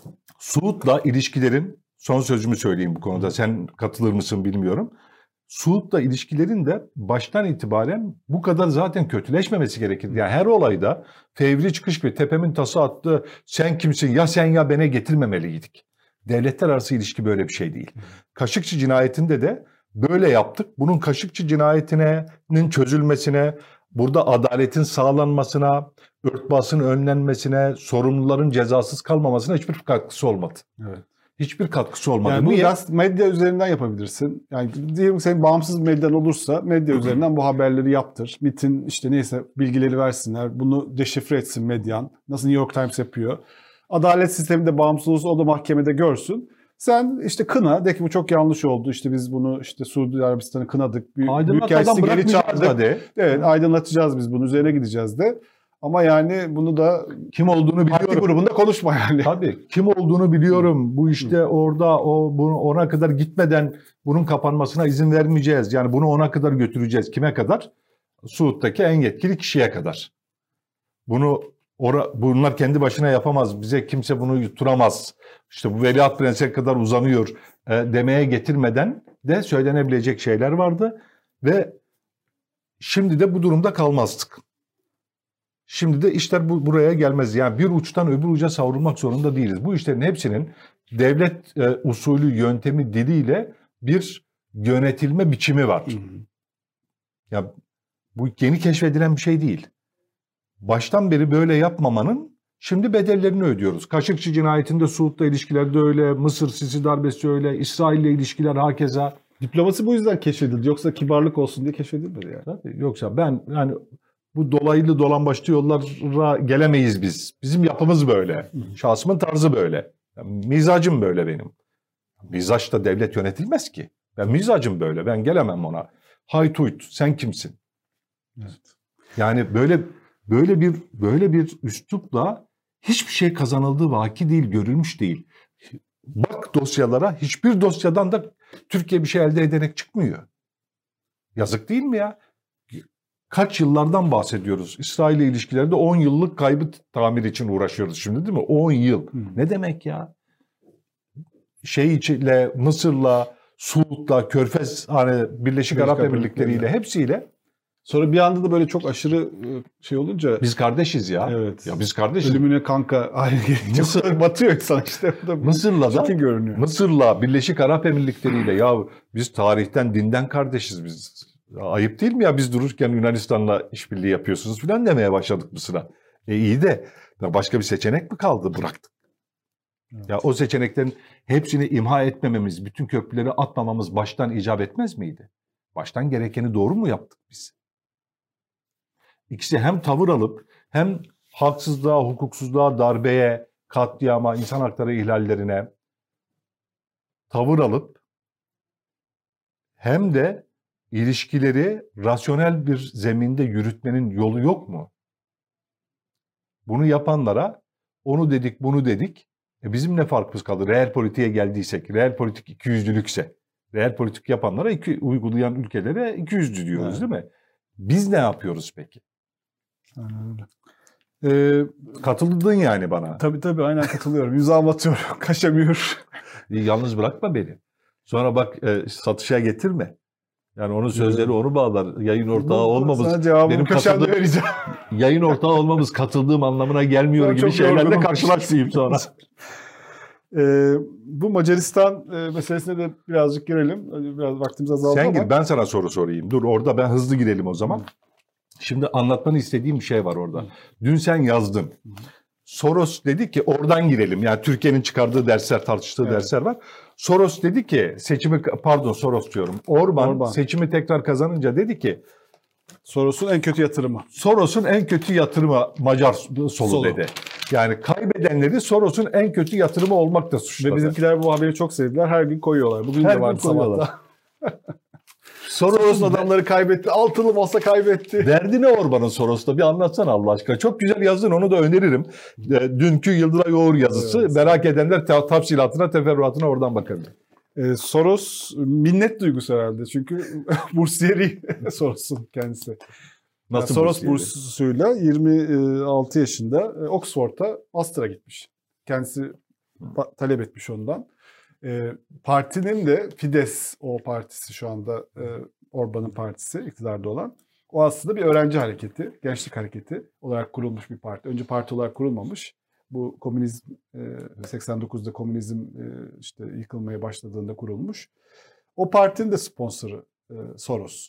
Speaker 2: Suud'la ilişkilerin, son sözümü söyleyeyim bu konuda. Sen katılır mısın bilmiyorum. Suud'la ilişkilerin de baştan itibaren bu kadar zaten kötüleşmemesi gerekirdi. Yani her olayda fevri çıkış ve tepemin tası attı, sen kimsin ya sen ya bene getirmemeliydik. Devletler arası ilişki böyle bir şey değil. Kaşıkçı cinayetinde de böyle yaptık. Bunun Kaşıkçı cinayetinin çözülmesine, burada adaletin sağlanmasına, örtbasın önlenmesine, sorumluların cezasız kalmamasına hiçbir katkısı olmadı.
Speaker 1: Evet.
Speaker 2: Hiçbir katkısı olmadı.
Speaker 1: Yani
Speaker 2: Niye?
Speaker 1: medya üzerinden yapabilirsin. Yani diyelim senin bağımsız medyan olursa medya üzerinden bu haberleri yaptır. MİT'in işte neyse bilgileri versinler. Bunu deşifre etsin medyan. Nasıl New York Times yapıyor. Adalet sistemi de bağımsız olursa o da mahkemede görsün. Sen işte kına, de ki bu çok yanlış oldu. İşte biz bunu işte Suudi Arabistan'ı kınadık.
Speaker 2: Aydınlatmadan bırakmayacağız da de.
Speaker 1: Evet, aydınlatacağız biz bunu. Üzerine gideceğiz de. Ama yani bunu da
Speaker 2: kim olduğunu biliyorum.
Speaker 1: Parti grubunda konuşma yani.
Speaker 2: Tabii. Kim olduğunu biliyorum. Bu işte orada ona kadar gitmeden bunun kapanmasına izin vermeyeceğiz. Yani bunu ona kadar götüreceğiz. Kime kadar? Suud'daki en yetkili kişiye kadar. Bunlar kendi başına yapamaz. Bize kimse bunu yutturamaz. İşte bu Veliaht Prens'e kadar uzanıyor demeye getirmeden de söylenebilecek şeyler vardı. Ve şimdi de bu durumda kalmazdık. Şimdi de işler buraya gelmez. Yani bir uçtan öbür uca savrulmak zorunda değiliz. Bu işlerin hepsinin devlet usulü, yöntemi, diliyle bir yönetilme biçimi var. Ya bu yeni keşfedilen bir şey değil. Baştan beri böyle yapmamanın şimdi bedellerini ödüyoruz. Kaşıkçı cinayetinde Suud'la ilişkilerde öyle, Mısır Sisi darbesi öyle, İsrail'le ilişkiler hakeza.
Speaker 1: Diplomasi bu yüzden keşfedildi. Yoksa kibarlık olsun diye keşfedilmedi yani.
Speaker 2: Tabii, yoksa ben yani bu dolaylı dolambaçlı yollara gelemeyiz biz. Bizim yapımız böyle. Şahsımın tarzı böyle. Yani mizacım böyle benim. Mizaçla devlet yönetilmez ki. Ben mizacım böyle. Ben gelemem ona. Haytuyt, sen kimsin?
Speaker 1: Evet.
Speaker 2: Yani böyle bir üslupla hiçbir şey kazanıldığı vaki değil, görülmüş değil. Bak dosyalara, hiçbir dosyadan da Türkiye bir şey elde ederek çıkmıyor. Yazık değil mi ya? Kaç yıllardan bahsediyoruz? İsrail ile ilişkilerde 10 yıllık kaybı tamir için uğraşıyoruz şimdi, değil mi? 10 yıl. Ne demek ya? Mısır'la, Suud'la, Körfez, hani Birleşik Arap Emirlikleri ile hepsiyle.
Speaker 1: Sonra bir anda da böyle çok aşırı şey olunca...
Speaker 2: Biz kardeşiz ya.
Speaker 1: Evet.
Speaker 2: Ya biz kardeşiz.
Speaker 1: Ölümüne kanka aynı
Speaker 2: Mısır
Speaker 1: batıyor insan işte.
Speaker 2: Mısır'la Birleşik Arap Emirlikleri ile ya biz tarihten, dinden kardeşiz biz. Ya, ayıp değil mi ya biz dururken Yunanistan'la işbirliği yapıyorsunuz falan demeye başladık Mısır'a. İyi de başka bir seçenek mi kaldı, bıraktık. Evet. Ya o seçeneklerin hepsini imha etmememiz, bütün köprüleri atmamamız baştan icap etmez miydi? Baştan gerekeni doğru mu yaptık biz? İkisi hem tavır alıp hem haksızlığa, hukuksuzluğa, darbeye, katliama, insan hakları ihlallerine tavır alıp hem de ilişkileri rasyonel bir zeminde yürütmenin yolu yok mu? Bunu yapanlara onu dedik, bunu dedik. Bizim ne farkımız kaldı? Reel politiğe geldiysek, reel politik ikiyüzlülükse, reel politik yapanlara, uygulayan ülkelere ikiyüzlü diyoruz, evet, değil mi? Biz ne yapıyoruz peki? Katıldın yani bana.
Speaker 1: Tabii aynen katılıyorum. Yüzağım atıyorum. Kaşamıyor.
Speaker 2: Yalnız bırakma beni. Sonra bak satışa getirme. Yani onun sözleri onu bağlar. Yayın ortağı olmamız, benim vereceğim. Yayın ortağı olmamız katıldığım anlamına gelmiyor gibi şeylerle karşılaştığım sonra.
Speaker 1: Bu Macaristan meselesine de birazcık girelim. Biraz vaktimiz azaldı
Speaker 2: Sen
Speaker 1: ama.
Speaker 2: gir, ben sana soru sorayım. Dur orada ben hızlı girelim o zaman. Şimdi anlatmanı istediğim bir şey var orada. Dün sen yazdın. Soros dedi ki oradan girelim. Yani Türkiye'nin çıkardığı dersler, tartıştığı dersler var. Soros dedi ki Soros diyorum. Orban seçimi tekrar kazanınca dedi ki
Speaker 1: Soros'un en kötü yatırımı.
Speaker 2: Soros'un en kötü yatırımı Macar solu dedi. Yani kaybedenleri Soros'un en kötü yatırımı olmakla suçladı.
Speaker 1: Ve bizimkiler bu haberi çok sevdiler. Her gün koyuyorlar. Bugün de vardı sabahta. Soros'un adamları kaybetti. Altınım olsa kaybetti.
Speaker 2: Derdi ne Orban'ın Soros'ta? Bir anlatsana Allah aşkına. Çok güzel yazdın, onu da öneririm. Dünkü Yıldıray Oğur yazısı. Evet. Merak edenler tafsilatına, teferruatına oradan bakabilir.
Speaker 1: Soros minnet duygusu herhalde. Çünkü bursiyeri Soros'un kendisi.
Speaker 2: Nasıl
Speaker 1: Soros bursuyla 26 yaşında Oxford'a master'a gitmiş. Kendisi talep etmiş ondan. Partinin de Fidesz, o partisi şu anda Orban'ın partisi, iktidarda olan. O aslında bir öğrenci hareketi, gençlik hareketi olarak kurulmuş bir parti. Önce parti olarak kurulmamış. Bu komünizm 89'da komünizm işte yıkılmaya başladığında kurulmuş. O partinin de sponsoru Soros.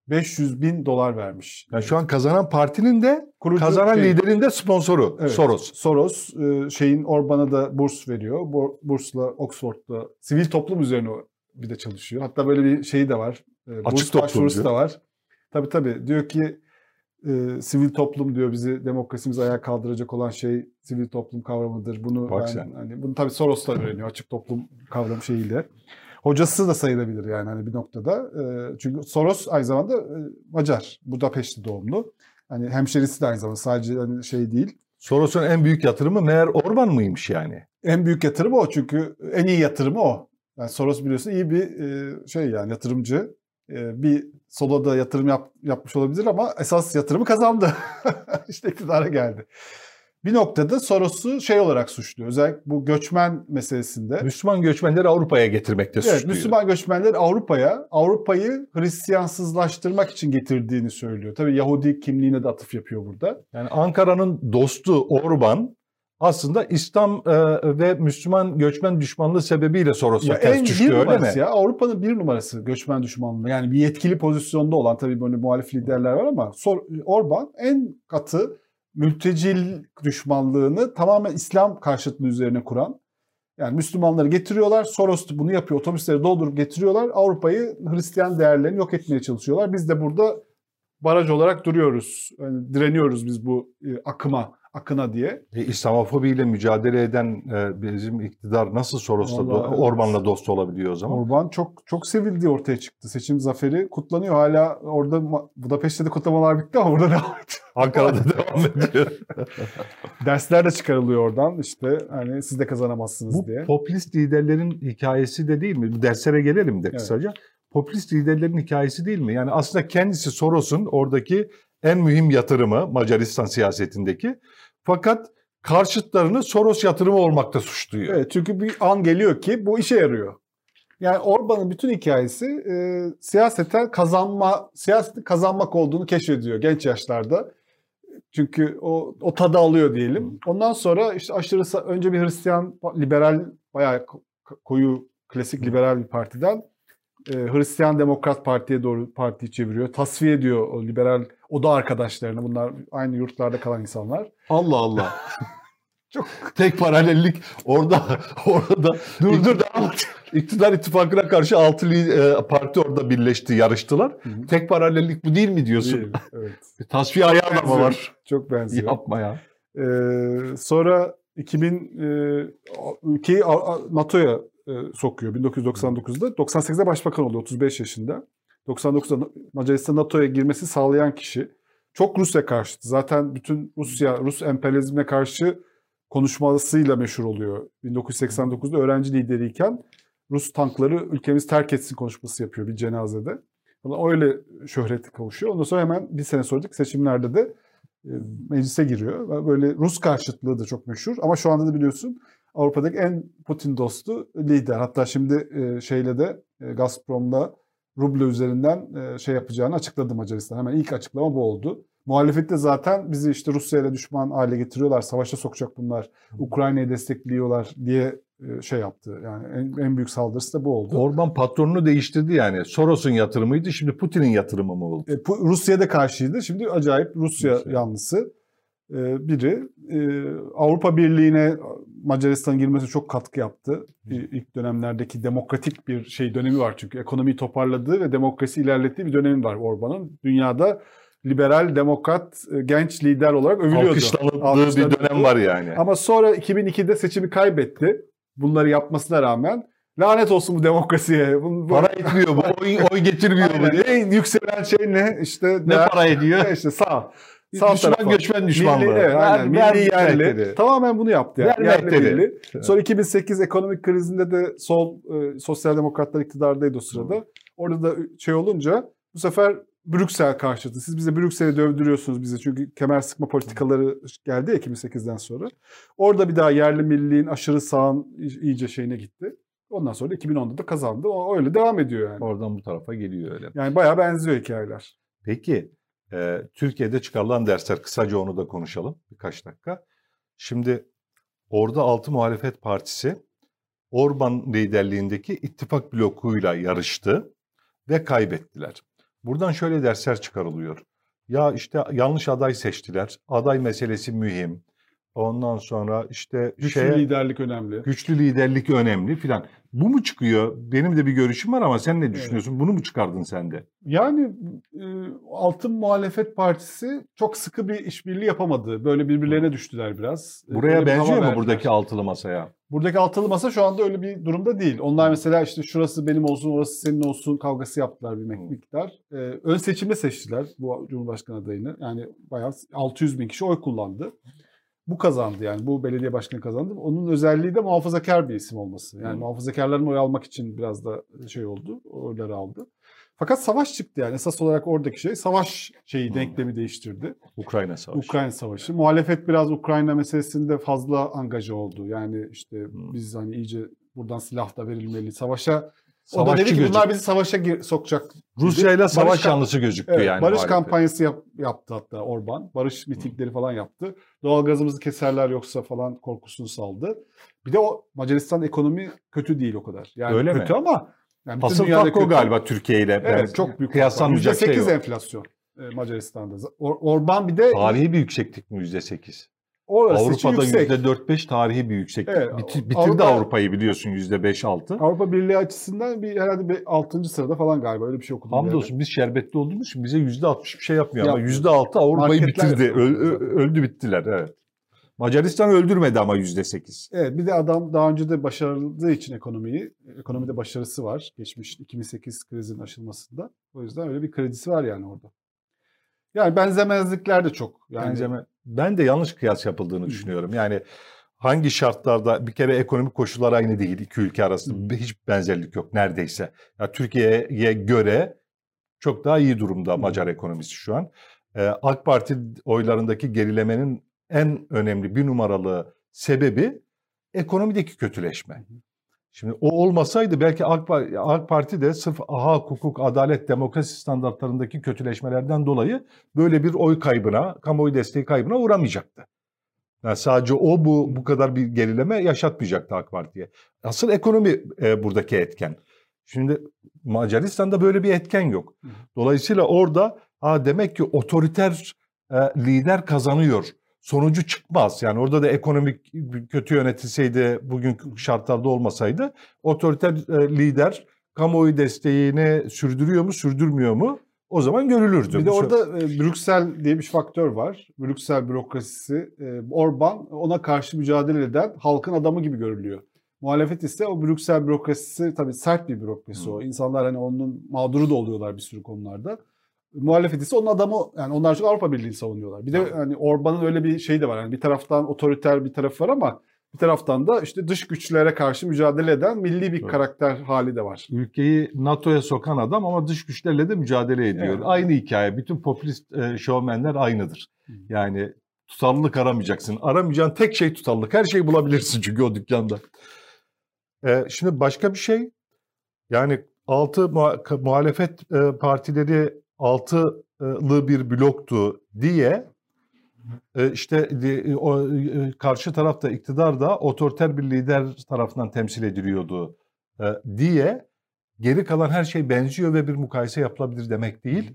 Speaker 1: $500.000 vermiş.
Speaker 2: Yani şu an kazanan partinin de
Speaker 1: Kurucu
Speaker 2: kazanan liderin de sponsoru
Speaker 1: evet,
Speaker 2: Soros.
Speaker 1: Soros Orban'a da burs veriyor. Bursla Oxford'da sivil toplum üzerine bir de çalışıyor. Hatta böyle bir şeyi de var. Burs başvurusu da var. Tabii. Diyor ki sivil toplum diyor bizi demokrasimizi ayağa kaldıracak olan şey sivil toplum kavramıdır. Bunu bunu tabii Soros da öğreniyor açık toplum kavramı şeyiyle. Hocası da sayılabilir yani hani bir noktada. Çünkü Soros aynı zamanda Macar, Budapeşte doğumlu. Hani hemşerisi de aynı zamanda sadece hani şey değil.
Speaker 2: Soros'un en büyük yatırımı meğer Orban mıymış yani?
Speaker 1: En büyük yatırımı o çünkü en iyi yatırımı o. Yani Soros biliyorsun iyi bir yani yatırımcı. Bir soloda yatırım yapmış olabilir ama esas yatırımı kazandı. İşte iktidara geldi. Bir noktada Soros'u olarak suçluyor. Özellikle bu göçmen meselesinde.
Speaker 2: Müslüman göçmenleri Avrupa'ya getirmekte suçluyor.
Speaker 1: Evet, Müslüman göçmenler Avrupa'yı Hristiyansızlaştırmak için getirdiğini söylüyor. Tabii Yahudi kimliğine de atıf yapıyor burada.
Speaker 2: Yani Ankara'nın dostu Orban aslında İslam ve Müslüman göçmen düşmanlığı sebebiyle Soros'a ters düştü, öyle mi?
Speaker 1: Avrupa'nın bir numarası göçmen düşmanlığı. Yani bir yetkili pozisyonda olan tabii böyle muhalif liderler var ama Orban en katı mültecil düşmanlığını tamamen İslam karşıtlığı üzerine kuran. Yani Müslümanları getiriyorlar, Soros bunu yapıyor, otobüsleri doldurup getiriyorlar, Avrupa'yı Hristiyan değerlerini yok etmeye çalışıyorlar. Biz de burada baraj olarak duruyoruz, yani direniyoruz biz bu akına diye.
Speaker 2: İslamofobiyle mücadele eden bizim iktidar nasıl Soros'la, Orban'la dost olabiliyor o zaman?
Speaker 1: Orban çok sevildiği ortaya çıktı. Seçim zaferi kutlanıyor. Hala orada Budapeşte'de de kutlamalar bitti ama burada devam ediyor.
Speaker 2: Ankara'da devam ediyor.
Speaker 1: Dersler de çıkarılıyor oradan. İşte hani siz de kazanamazsınız diye.
Speaker 2: Bu popülist liderlerin hikayesi de değil mi? Bu derslere gelelim de kısaca. Evet. Popülist liderlerin hikayesi değil mi? Yani aslında kendisi Soros'un oradaki en mühim yatırımı Macaristan siyasetindeki. Fakat karşıtlarını Soros yatırımı olmakta suçluyor.
Speaker 1: Evet, çünkü bir an geliyor ki bu işe yarıyor. Yani Orban'ın bütün hikayesi siyaseten kazanmak olduğunu keşfediyor genç yaşlarda. Çünkü o tadı alıyor diyelim. Ondan sonra işte önce bir Hristiyan liberal bayağı koyu klasik liberal bir partiden Hristiyan Demokrat Parti'ye doğru partiyi çeviriyor. Tasfiye ediyor o liberal oda arkadaşlarını. Bunlar aynı yurtlarda kalan insanlar.
Speaker 2: Allah Allah. Çok tek paralellik orada dur İktidar ittifakına karşı 6 parti orada birleşti, yarıştılar. Hı-hı. Tek paralellik bu değil mi diyorsun? Değil,
Speaker 1: evet.
Speaker 2: Tasfiye ayağı da mı var?
Speaker 1: Çok benziyor.
Speaker 2: Yapma ya.
Speaker 1: Sonra 2002'yi NATO'ya sokuyor 1999'da. 98'de başbakan oluyor 35 yaşında. 99'da Macaristan NATO'ya girmesi sağlayan kişi. Çok Rusya karşıtı. Zaten bütün Rus emperyalizmine karşı konuşmasıyla meşhur oluyor. 1989'da öğrenci lideriyken Rus tankları ülkemizi terk etsin konuşması yapıyor bir cenazede. Öyle şöhreti kavuşuyor. Ondan sonra hemen bir sene sonraki seçimlerde de meclise giriyor. Böyle Rus karşıtlığı da çok meşhur. Ama şu anda da biliyorsun Avrupa'daki en Putin dostu lider. Hatta şimdi Gazprom'da ruble üzerinden yapacağını açıkladı Macaristan. Hemen ilk açıklama bu oldu. Muhalefette zaten bizi işte Rusya'yla düşman hale getiriyorlar, savaşa sokacak bunlar, Ukrayna'yı destekliyorlar diye yaptı. Yani en büyük saldırısı da bu oldu.
Speaker 2: Orban patronunu değiştirdi yani. Soros'un yatırımıydı, şimdi Putin'in yatırımı mı oldu?
Speaker 1: Rusya'da karşıydı, şimdi acayip Rusya yanlısı biri. Avrupa Birliği'ne Macaristan'ın girmesi çok katkı yaptı. İlk dönemlerdeki demokratik bir dönemi var çünkü. Ekonomiyi toparladığı ve demokrasi ilerlettiği bir dönemi var Orban'ın. Dünyada liberal, demokrat, genç lider olarak övülüyordu.
Speaker 2: Alkışlandığı bir dönem var yani.
Speaker 1: Ama sonra 2002'de seçimi kaybetti. Bunları yapmasına rağmen. Lanet olsun bu demokrasiye.
Speaker 2: Para etmiyor bu, oy getirmiyor bu.
Speaker 1: En yükselen şey ne? İşte
Speaker 2: ne para ediyor?
Speaker 1: İşte sağ
Speaker 2: Müslüman göçmen düşmanlığı.
Speaker 1: Milli yerli. Tamamen bunu yaptı. Yerli. Sonra 2008 ekonomik krizinde de sosyal demokratlar iktidardaydı o sırada. Orada da olunca bu sefer Brüksel karşıtı. Siz bize Brüksel'i dövdürüyorsunuz bize. Çünkü kemer sıkma politikaları geldi ya 2008'den sonra. Orada bir daha yerli milliğin aşırı sağın iyice gitti. Ondan sonra da 2010'da da kazandı. O öyle devam ediyor yani.
Speaker 2: Oradan bu tarafa geliyor öyle.
Speaker 1: Yani bayağı benziyor hikayeler.
Speaker 2: Peki Türkiye'de çıkarılan dersler, kısaca onu da konuşalım birkaç dakika. Şimdi orada Altı Muhalefet Partisi Orban liderliğindeki ittifak blokuyla yarıştı ve kaybettiler. Buradan şöyle dersler çıkarılıyor. Ya işte yanlış aday seçtiler. Aday meselesi mühim. Ondan sonra işte
Speaker 1: Güçlü liderlik önemli.
Speaker 2: Güçlü liderlik önemli filan. Bu mu çıkıyor? Benim de bir görüşüm var ama sen ne düşünüyorsun? Evet. Bunu mu çıkardın sen de?
Speaker 1: Yani Altın Muhalefet Partisi çok sıkı bir işbirliği yapamadı. Böyle birbirlerine düştüler biraz.
Speaker 2: Buraya benziyor mu buradaki altılı masaya?
Speaker 1: Buradaki altılı masa şu anda öyle bir durumda değil. Onlar mesela işte şurası benim olsun, orası senin olsun kavgası yaptılar bir miktar. Ön seçimde seçtiler bu Cumhurbaşkanı adayını. Yani bayağı 600 bin kişi oy kullandı. Bu kazandı yani. Bu belediye başkanı kazandı. Onun özelliği de muhafazakar bir isim olması. Yani muhafazakarların oy almak için biraz da şey oldu. Oyları aldı. Fakat savaş çıktı yani. Esas olarak oradaki şey savaş denklemi değiştirdi.
Speaker 2: Ukrayna Savaşı.
Speaker 1: Ukrayna Savaşı. Muhalefet biraz Ukrayna meselesinde fazla angaja oldu. Yani işte biz hani iyice buradan silah da verilmeli. Savaşa o da dedi ki bunlar bizi savaşa sokacak.
Speaker 2: Rusya ile savaş yanlısı gözüktü
Speaker 1: evet,
Speaker 2: yani.
Speaker 1: Barış kampanyası yaptı hatta Orban. Barış mitingleri falan yaptı. Doğalgazımızı keserler yoksa falan korkusunu saldı. Bir de o Macaristan ekonomi kötü değil o kadar. Yani
Speaker 2: öyle
Speaker 1: kötü
Speaker 2: mi?
Speaker 1: Ama yani
Speaker 2: asıl fark o galiba Türkiye ile.
Speaker 1: Evet, çok büyük.
Speaker 2: Kıyaslanmayacak şey
Speaker 1: %8 enflasyon Macaristan'da. Orban bir de
Speaker 2: tarihi bir yükseklik mi %8?
Speaker 1: Orası
Speaker 2: Avrupa'da %4-5 tarihi bir yükseklik. Evet, bitirdi Avrupa'yı biliyorsun %5-6.
Speaker 1: Avrupa Birliği açısından herhalde 6. sırada falan galiba öyle bir şey okudum.
Speaker 2: Hamdolsun biz şerbetli olduğumuz için bize %60 bir şey yapmıyor ama %6 Avrupa'yı bitirdi. Öldü bittiler evet. Macaristan öldürmedi ama %8.
Speaker 1: Evet bir de adam daha önce de başardığı için ekonomide başarısı var. Geçmiş 2008 krizin aşılmasında. O yüzden öyle bir kredisi var yani orada. Yani benzemezlikler de çok. Yani
Speaker 2: ben de yanlış kıyas yapıldığını düşünüyorum. Yani hangi şartlarda bir kere ekonomik koşullar aynı değil iki ülke arasında. Hiç benzerlik yok neredeyse. Ya Türkiye'ye göre çok daha iyi durumda Macar ekonomisi şu an. AK Parti oylarındaki gerilemenin en önemli bir numaralı sebebi ekonomideki kötüleşme. Şimdi o olmasaydı belki AK Parti de sırf hak, hukuk, adalet, demokrasi standartlarındaki kötüleşmelerden dolayı böyle bir oy kaybına, kamuoyu desteği kaybına uğramayacaktı. Yani sadece bu kadar bir gerileme yaşatmayacaktı AK Parti'ye. Asıl ekonomi buradaki etken. Şimdi Macaristan'da böyle bir etken yok. Dolayısıyla orada demek ki otoriter lider kazanıyor. Sonucu çıkmaz. Yani orada da ekonomik kötü yönetilseydi, bugünkü şartlarda olmasaydı otoriter lider kamuoyu desteğini sürdürüyor mu, sürdürmüyor mu? O zaman görülürdü.
Speaker 1: Bir de orada Brüksel diye bir faktör var. Brüksel bürokrasisi. Orban ona karşı mücadele eden halkın adamı gibi görülüyor. Muhalefet ise o Brüksel bürokrasisi tabii sert bir bürokrasi o. İnsanlar hani onun mağduru da oluyorlar bir sürü konularda. Muhalefet ise onun adamı yani onlar çok Avrupa Birliği'ni savunuyorlar. Bir de hani Orban'ın öyle bir şeyi de var. Yani bir taraftan otoriter bir tarafı var ama bir taraftan da işte dış güçlere karşı mücadele eden milli bir karakter hali de var.
Speaker 2: Ülkeyi NATO'ya sokan adam ama dış güçlerle de mücadele ediyor. Evet. Aynı hikaye. Bütün popülist şovmenler aynıdır. Yani tutarlılık aramayacaksın. Aramayacağın tek şey tutarlılık. Her şeyi bulabilirsin çünkü o dükkanda. Şimdi başka bir şey. Yani muhalefet partileri altılı bir bloktu diye işte karşı tarafta iktidar da otoriter bir lider tarafından temsil ediliyordu diye geri kalan her şey benziyor ve bir mukayese yapılabilir demek değil.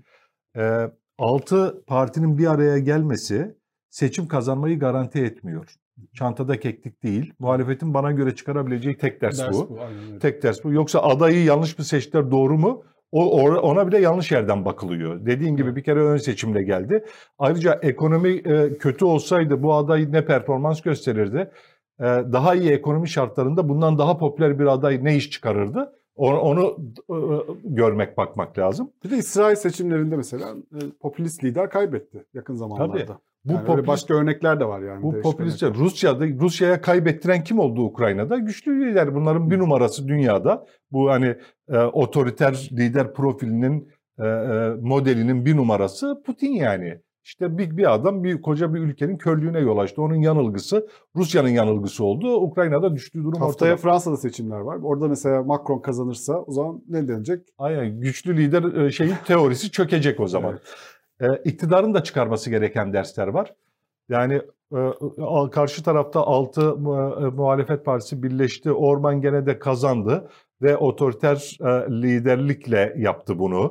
Speaker 2: 6 partinin bir araya gelmesi seçim kazanmayı garanti etmiyor. Çantada keklik değil. Muhalefetin bana göre çıkarabileceği tek ders bu. Tek ders bu. Yoksa adayı yanlış mı seçtiler, doğru mu? Ona bile yanlış yerden bakılıyor. Dediğin gibi bir kere ön seçimle geldi. Ayrıca ekonomi kötü olsaydı bu aday ne performans gösterirdi? Daha iyi ekonomi şartlarında bundan daha popüler bir aday ne iş çıkarırdı? Onu görmek, bakmak lazım.
Speaker 1: Bir de İsrail seçimlerinde mesela popülist lider kaybetti yakın zamanlarda. Tabii. Yani başka örnekler de var yani.
Speaker 2: Bu popülist Rusya'ya kaybettiren kim oldu Ukrayna'da? Güçlü lider. Bunların bir numarası dünyada. Bu hani otoriter lider profilinin modelinin bir numarası Putin yani. İşte bir adam koca bir ülkenin körlüğüne yol açtı. Onun yanılgısı Rusya'nın yanılgısı oldu. Ukrayna'da düştüğü durum ortada.
Speaker 1: Haftaya Fransa'da seçimler var. Orada mesela Macron kazanırsa o zaman ne denecek?
Speaker 2: Aynen güçlü lider teorisi çökecek o zaman. Evet. İktidarın da çıkarması gereken dersler var. Yani karşı tarafta 6 muhalefet partisi birleşti. Orban gene de kazandı ve otoriter liderlikle yaptı bunu.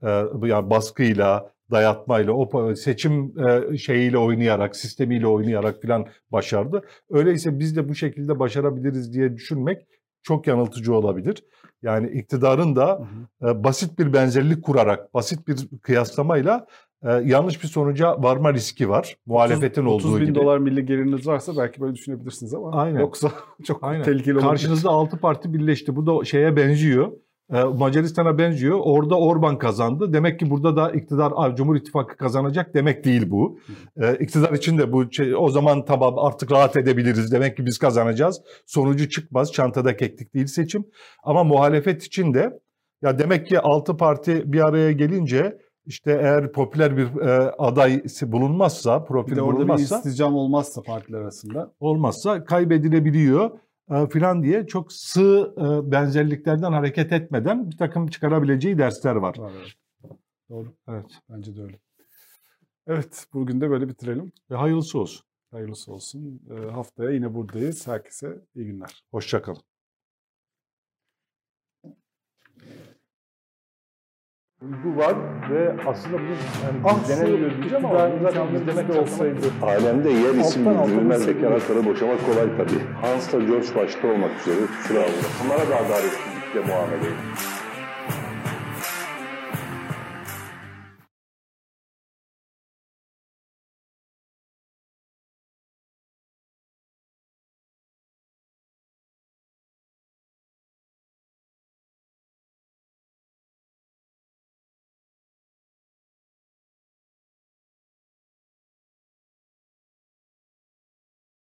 Speaker 2: yani baskıyla, dayatmayla, o seçim şeyiyle oynayarak, sistemiyle oynayarak falan başardı. Öyleyse biz de bu şekilde başarabiliriz diye düşünmek çok yanıltıcı olabilir. Yani iktidarın da basit bir benzerlik kurarak, basit bir kıyaslamayla yanlış bir sonuca varma riski var. Muhalefetin olduğu gibi.
Speaker 1: 30 bin dolar milli geliriniz varsa belki böyle düşünebilirsiniz ama
Speaker 2: aynen.
Speaker 1: Yoksa çok
Speaker 2: aynen.
Speaker 1: tehlikeli olabilir.
Speaker 2: Karşınızda 6 parti birleşti. Bu da şeye benziyor. Macaristan'a benziyor. Orada Orban kazandı. Demek ki burada da iktidar, Cumhur İttifakı kazanacak demek değil bu. İktidar için de bu o zaman tamam artık rahat edebiliriz. Demek ki biz kazanacağız. Sonucu çıkmaz. Çantada keklik değil seçim. Ama muhalefet için de ya demek ki 6 parti bir araya gelince işte eğer popüler bir aday bulunmazsa, profil
Speaker 1: orada
Speaker 2: bulunmazsa,
Speaker 1: bir isticam olmazsa partiler arasında
Speaker 2: olmazsa kaybedilebiliyor filan diye çok sığ benzerliklerden hareket etmeden bir takım çıkarabileceği dersler var.
Speaker 1: Evet. Doğru.
Speaker 2: Evet.
Speaker 1: Bence de öyle. Evet, bugün de böyle bitirelim.
Speaker 2: Ve hayırlısı olsun.
Speaker 1: Hayırlısı olsun. Haftaya yine buradayız. Herkese iyi günler.
Speaker 2: Hoşça kalın.
Speaker 3: Duygu var ve aslında bu yani izlenemiyor diyeceğim ama zaten izlemek olsaydı.
Speaker 4: Alemde yer isim
Speaker 3: Alttan
Speaker 4: bildirilmez
Speaker 3: alta
Speaker 4: bekaratları boşamak kolay tabii. Hans'la George başta olmak üzere sıra alır. Bunlara da adaletsizlikle muamele edilir.